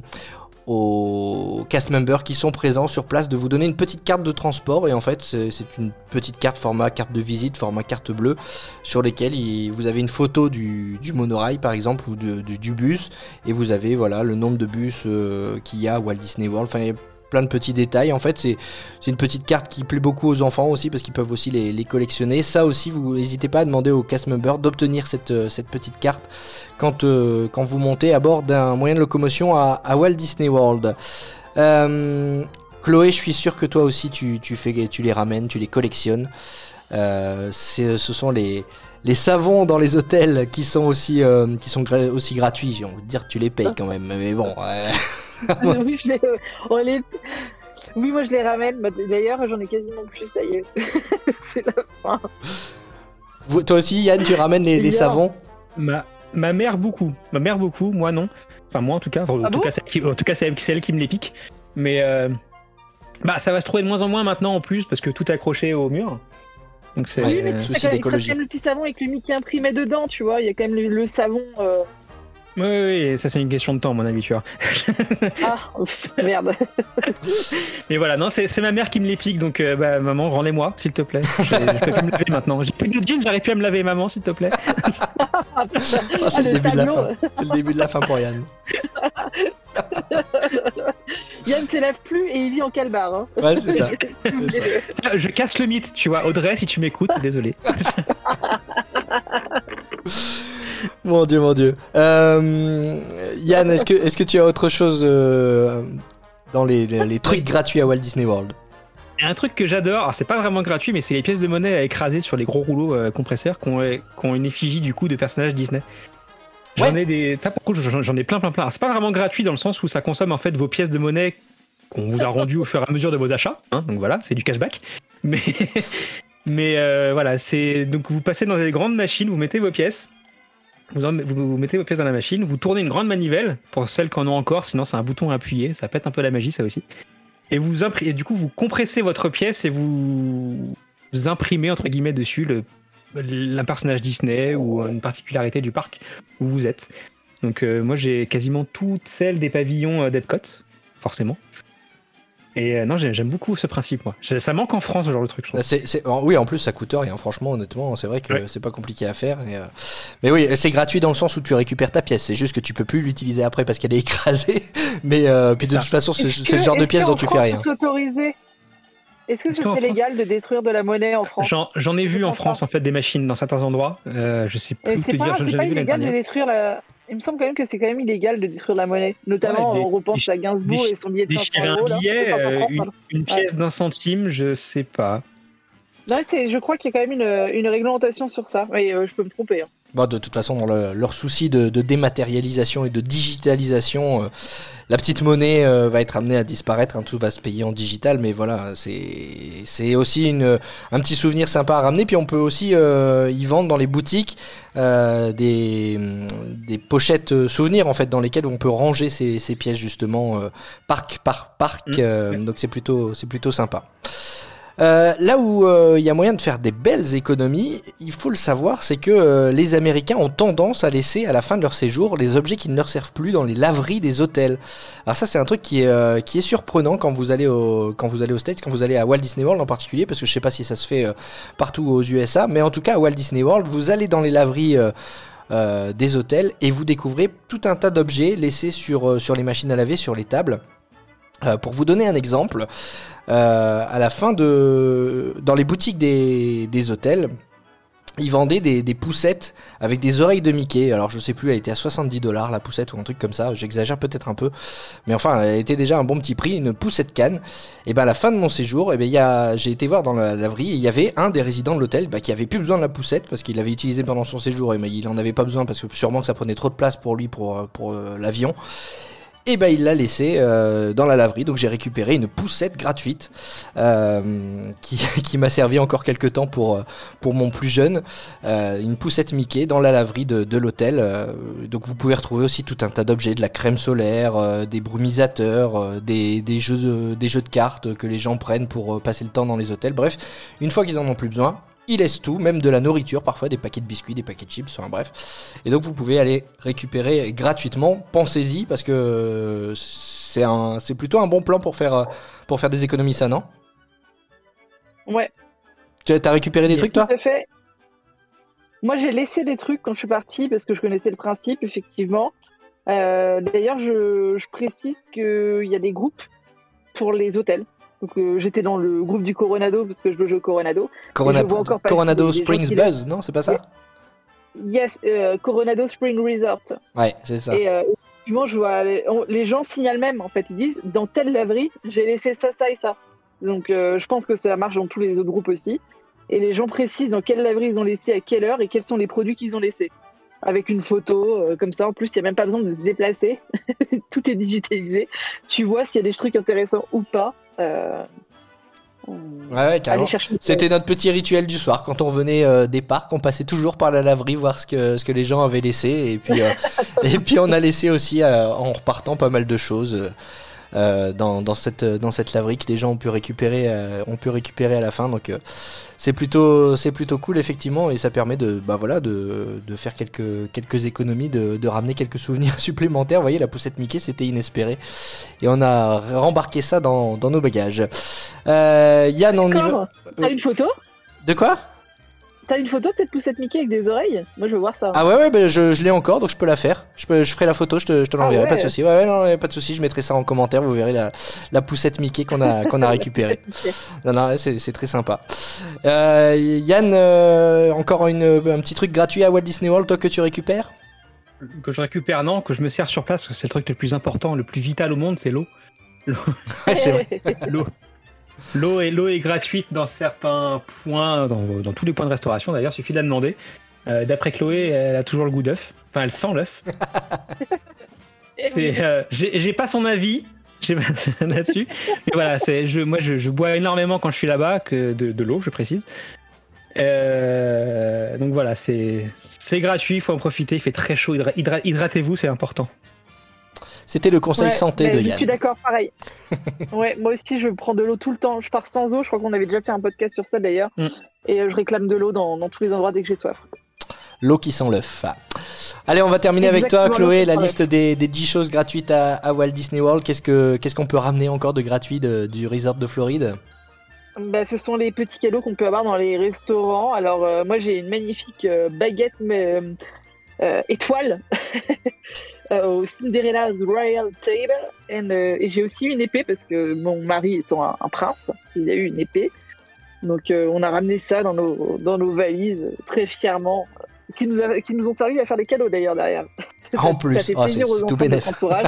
aux cast members qui sont présents sur place de vous donner une petite carte de transport. Et en fait c'est, c'est une petite carte format carte de visite, format carte bleue, sur lesquelles il, vous avez une photo du, du monorail par exemple ou de, du, du bus, et vous avez voilà le nombre de bus euh, qu'il y a à Walt Disney World. Enfin, il y a plein de petits détails. En fait, c'est, c'est une petite carte qui plaît beaucoup aux enfants aussi parce qu'ils peuvent aussi les, les collectionner. Ça aussi, vous n'hésitez pas à demander aux cast members d'obtenir cette, cette petite carte quand, euh, quand vous montez à bord d'un moyen de locomotion à, à Walt Disney World. Euh, Chloé, je suis sûr que toi aussi tu, tu, fais, tu les ramènes, tu les collectionnes. Euh, c'est, ce sont les, les savons dans les hôtels qui sont aussi, euh, qui sont gra- aussi gratuits. J'ai envie de dire que tu les payes quand même, mais bon... Euh... oui, je les, on les... oui, moi je les ramène. D'ailleurs, j'en ai quasiment plus, ça y est. C'est la fin. Vous, toi aussi, Yann, tu ramènes les, les savons ? Ma, ma mère, beaucoup. Ma mère, beaucoup. Moi, non. Enfin, moi, en tout cas. En, ah tout, bon cas c'est qui, en tout cas, c'est elle, c'est elle qui me les pique. Mais euh, bah, ça va se trouver de moins en moins maintenant, en plus, parce que tout est accroché au mur. Donc, c'est oui, mais euh, tu as quand même le petit savon avec le Mickey imprimé dedans, tu vois. Il y a quand même le, le savon... Euh... Oui, oui, ça c'est une question de temps, à mon avis, tu vois. Ah, ouf, merde. Mais voilà, non, c'est, c'est ma mère qui me les pique, donc euh, bah, maman, rends-les-moi, s'il te plaît. Je, je peux plus me laver maintenant. J'ai plus de jeans, j'arrive plus à me laver, maman, s'il te plaît. Ah, c'est, ah, le le début de la fin. C'est le début de la fin pour Yann. Yann se lève plus et il vit en calbar. Hein. Ouais, c'est ça. c'est ça. Je casse le mythe, tu vois. Audrey, si tu m'écoutes, désolé. Mon Dieu, mon Dieu. Euh, Yann, est-ce que, est-ce que tu as autre chose euh, dans les, les, les trucs gratuits à Walt Disney World ? Un truc que j'adore, alors c'est pas vraiment gratuit, mais c'est les pièces de monnaie à écraser sur les gros rouleaux euh, compresseurs qui ont, qui ont une effigie du coup de personnages Disney. J'en ouais. ai des, ça pour le coup j'en, j'en ai plein plein plein. Alors, c'est pas vraiment gratuit dans le sens où ça consomme en fait vos pièces de monnaie qu'on vous a rendues au fur et à mesure de vos achats, hein, donc voilà, c'est du cashback. Mais, mais euh, voilà, c'est donc vous passez dans des grandes machines, vous mettez vos pièces. Vous, en, vous, vous mettez vos pièces dans la machine, vous tournez une grande manivelle pour celles qui en ont encore, sinon c'est un bouton à appuyer, ça pète un peu la magie ça aussi. et vous impri- et du coup vous compressez votre pièce et vous, vous imprimez entre guillemets dessus le un personnage Disney ou une particularité du parc où vous êtes. Donc euh, moi j'ai quasiment toutes celles des pavillons euh, d'Epcot, forcément. Et euh, non, j'aime, j'aime beaucoup ce principe, moi. Ça manque en France, ce genre de truc, je trouve. C'est, c'est, oui, en plus, ça coûte rien, franchement, honnêtement, c'est vrai que ouais. c'est pas compliqué à faire. Et, euh... Mais oui, c'est gratuit dans le sens où tu récupères ta pièce, c'est juste que tu peux plus l'utiliser après parce qu'elle est écrasée. Mais euh, puis de toute façon, c'est, c'est le genre de pièce dont tu fais rien. Est-ce autorisé Est-ce que Est-ce ce serait légal de détruire de la monnaie en France? J'en, j'en ai vu en France, en fait, des machines dans certains endroits. Euh, je sais plus c'est te pas, dire. C'est J'en pas ai vu illégal de détruire la... Il me semble quand même que c'est quand même illégal de détruire la monnaie. Notamment, ouais, des, on repense des, à Gainsbourg des, et son billet de cinq cents euros. Un billet, là, euh, francs, une, une pièce ouais. d'un centime, je sais pas. Non, c'est, je crois qu'il y a quand même une, une réglementation sur ça. Mais euh, je peux me tromper. Hein. Bon, de toute façon, dans le, leur souci de, de dématérialisation et de digitalisation, euh, la petite monnaie euh, va être amenée à disparaître. Hein, tout va se payer en digital, mais voilà, c'est, c'est aussi une, un petit souvenir sympa à ramener. Puis on peut aussi euh, y vendre dans les boutiques euh, des, des pochettes souvenirs en fait, dans lesquelles on peut ranger ces, ces pièces justement euh, parc par parc. Mmh. Euh, donc c'est plutôt, c'est plutôt sympa. Euh, là où il euh, y a moyen de faire des belles économies, il faut le savoir, c'est que euh, les Américains ont tendance à laisser à la fin de leur séjour les objets qui ne leur servent plus dans les laveries des hôtels. Alors ça, c'est un truc qui est euh, qui est surprenant quand vous allez au quand vous allez aux States, quand vous allez à Walt Disney World en particulier, parce que je sais pas si ça se fait euh, partout aux U S A, mais en tout cas à Walt Disney World, vous allez dans les laveries euh, euh, des hôtels et vous découvrez tout un tas d'objets laissés sur euh, sur les machines à laver, sur les tables. Euh, pour vous donner un exemple, euh, à la fin de, dans les boutiques des, des hôtels, ils vendaient des, des poussettes avec des oreilles de Mickey. Alors je sais plus, elle était à soixante-dix dollars la poussette ou un truc comme ça. J'exagère peut-être un peu, mais enfin, elle était déjà un bon petit prix, une poussette canne. Et ben à la fin de mon séjour, et ben il y a, j'ai été voir dans la laverie, et il y avait un des résidents de l'hôtel bah, qui avait plus besoin de la poussette parce qu'il l'avait utilisée pendant son séjour et ben il en avait pas besoin parce que sûrement que ça prenait trop de place pour lui pour pour euh, l'avion. Et ben il l'a laissé euh, dans la laverie, donc j'ai récupéré une poussette gratuite euh, qui, qui m'a servi encore quelques temps pour, pour mon plus jeune, euh, une poussette Mickey dans la laverie de, de l'hôtel. Euh, donc vous pouvez retrouver aussi tout un tas d'objets, de la crème solaire, euh, des brumisateurs, euh, des, des, jeux de, des jeux de cartes que les gens prennent pour passer le temps dans les hôtels. Bref, une fois qu'ils en ont plus besoin, ils laissent tout, même de la nourriture, parfois des paquets de biscuits, des paquets de chips, enfin bref. Et donc vous pouvez aller récupérer gratuitement, pensez-y, parce que c'est, un, c'est plutôt un bon plan pour faire, pour faire des économies, ça, non ? Ouais. Tu as récupéré des trucs, toi ? Tout à fait. Moi, j'ai laissé des trucs quand je suis partie, parce que je connaissais le principe, effectivement. Euh, d'ailleurs, je, je précise qu'il y a des groupes pour les hôtels. Donc, euh, j'étais dans le groupe du Coronado parce que je logeais au Coronado. Corona- Coronado des, des Springs Buzz, non, c'est pas ça ? Yes, euh, Coronado Spring Resort. Ouais, c'est ça. Et euh, effectivement, je vois les, on, les gens signalent même, en fait, ils disent dans telle laverie, j'ai laissé ça, ça et ça. Donc, euh, je pense que ça marche dans tous les autres groupes aussi. Et les gens précisent dans quelle laverie ils ont laissé, à quelle heure et quels sont les produits qu'ils ont laissés. Avec une photo, euh, comme ça, en plus, il n'y a même pas besoin de se déplacer. Tout est digitalisé. Tu vois s'il y a des trucs intéressants ou pas. Euh, ouais, ouais, carrément. C'était notre petit rituel du soir. Quand on venait euh, des parcs, on passait toujours par la laverie voir ce que, ce que les gens avaient laissé. Et puis, euh, et puis on a laissé aussi, euh, en repartant, pas mal de choses euh, dans, dans, cette, dans cette laverie que les gens ont pu récupérer, euh, ont pu récupérer à la fin. Donc, euh, c'est plutôt, c'est plutôt cool, effectivement. Et ça permet de, bah, voilà, de, de faire quelques, quelques économies, de, de ramener quelques souvenirs supplémentaires. Vous voyez, la poussette Mickey, c'était inespéré. Et on a rembarqué ça dans, dans nos bagages. Euh, Yann, on y va. T'as une photo ? De quoi ? T'as une photo de cette poussette Mickey avec des oreilles ? Moi, je veux voir ça. Ah ouais, ouais, bah, je, je l'ai encore, donc je peux la faire. Je, peux, je ferai la photo, je te, je te l'enverrai, ah ouais. Pas de souci. Ouais, ouais, non, pas de souci, je mettrai ça en commentaire. Vous verrez la, la poussette Mickey qu'on a, qu'on a récupérée. Non, non, c'est, c'est très sympa. Euh, Yann, euh, encore une, un petit truc gratuit à Walt Disney World, toi que tu récupères ? Que je récupère, non, que je me sers sur place, parce que c'est le truc le plus important, le plus vital au monde, c'est l'eau. L'eau. Ouais, c'est vrai. L'eau. L'eau est, l'eau est gratuite dans certains points, dans, dans tous les points de restauration d'ailleurs, suffit de la demander. Euh, d'après Chloé, elle a toujours le goût d'œuf. Enfin, elle sent l'œuf. c'est, euh, j'ai, j'ai pas son avis j'ai pas là-dessus. Mais voilà, c'est, je, moi je, je bois énormément quand je suis là-bas, que de, de l'eau, je précise. Euh, donc voilà, c'est, c'est gratuit, il faut en profiter, il fait très chaud, hydra, hydra, hydratez-vous, c'est important. C'était le conseil Ouais, santé mais de je Yann. suis d'accord, pareil. Ouais, moi aussi, je prends de l'eau tout le temps. Je pars sans eau. Je crois qu'on avait déjà fait un podcast sur ça d'ailleurs. Mm. Et euh, je réclame de l'eau dans, dans tous les endroits dès que j'ai soif. L'eau qui sent l'œuf. Allez, on va terminer avec toi, Exactement, Chloé, l'eau qui la sent liste des, des dix choses gratuites à, à Walt Disney World. Qu'est-ce, que, qu'est-ce qu'on peut ramener encore de gratuit de- du resort de Floride? Bah, ce sont les petits cadeaux qu'on peut avoir dans les restaurants. Alors, euh, moi, j'ai une magnifique euh, baguette mais, euh, euh, étoile euh, au Cinderella's Royal Table. And, euh, et j'ai aussi une épée parce que mon mari étant un, un prince, il a eu une épée. Donc, euh, on a ramené ça dans nos, dans nos valises très fièrement, qui nous, a, qui nous ont servi à faire des cadeaux d'ailleurs derrière. En plus, ça fait oh, plaisir c'est- aux c'est tout enfants de bénef. notre entourage.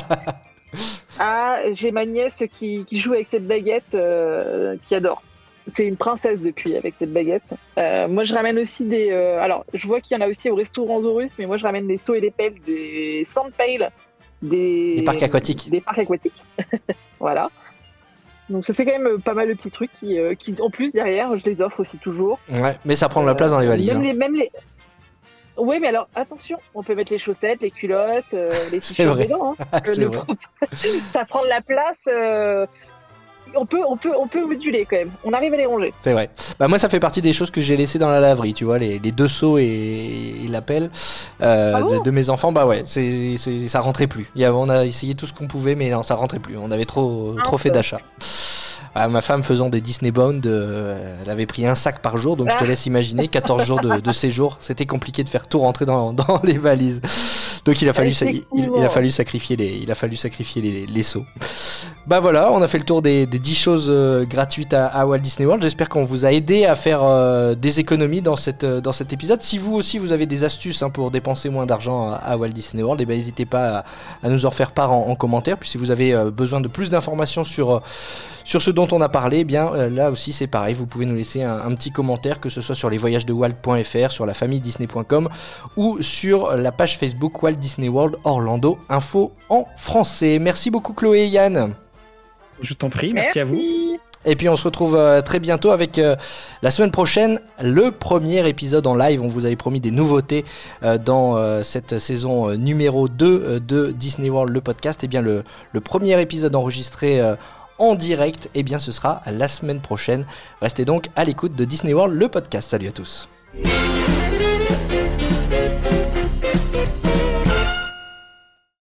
Ah, j'ai ma nièce qui, qui joue avec cette baguette, euh, qui adore. C'est une princesse depuis avec cette baguette. Euh, moi, je ramène aussi des. euh, alors, je vois qu'il y en a aussi au restaurant Zorus, mais moi, je ramène des seaux et des pelles, des sandpails, des. Des parcs aquatiques. Des parcs aquatiques. Voilà. Donc, ça fait quand même pas mal de petits trucs qui, euh, qui, en plus, derrière, je les offre aussi toujours. Ouais, mais ça prend de la place dans les valises. Même hein. les, même les... Oui, mais alors, attention, on peut mettre les chaussettes, les culottes, euh, les C'est t-shirts vrai. dedans. Hein. C'est Le- vrai. Ça prend de la place. euh, On peut, on peut, on peut moduler quand même. On arrive à les ranger. C'est vrai. Bah moi, ça fait partie des choses que j'ai laissées dans la laverie, tu vois, les, les deux seaux et, et la pelle euh, Ah bon de, de mes enfants. Bah ouais, c'est, c'est, ça rentrait plus. Il y avait, on a essayé tout ce qu'on pouvait, mais non, ça rentrait plus. On avait trop, trop fait d'achats. Ah, ma femme faisant des Disney Bound, euh, elle avait pris un sac par jour, donc je te Ah. laisse imaginer, quatorze jours de, de séjour, c'était compliqué de faire tout rentrer dans, dans les valises. Donc il a fallu, sa- il, il- il a fallu sacrifier les, il a fallu sacrifier les, les seaux. Bah voilà, on a fait le tour des, des dix choses euh, gratuites à, à Walt Disney World. J'espère qu'on vous a aidé à faire euh, des économies dans, cette, euh, dans cet épisode. Si vous aussi vous avez des astuces hein, pour dépenser moins d'argent à, à Walt Disney World, eh ben, n'hésitez pas à, à nous en faire part en, en commentaire. Puis si vous avez euh, besoin de plus d'informations sur... Euh, Sur ce dont on a parlé, eh bien euh, là aussi c'est pareil, vous pouvez nous laisser un, un petit commentaire, que ce soit sur lesvoyagesdewalt point f r, sur la famille disney point com ou sur la page Facebook Walt Disney World Orlando Info en français. Merci beaucoup Chloé et Yann. Je t'en prie, merci, à vous. Et puis on se retrouve euh, très bientôt avec euh, la semaine prochaine le premier épisode en live. On vous avait promis des nouveautés euh, dans euh, cette saison euh, numéro deux euh, de Disney World le podcast. Et bien le, le premier épisode enregistré euh, en direct, et bien ce sera la semaine prochaine. Restez donc à l'écoute de Disney World le podcast. Salut à tous.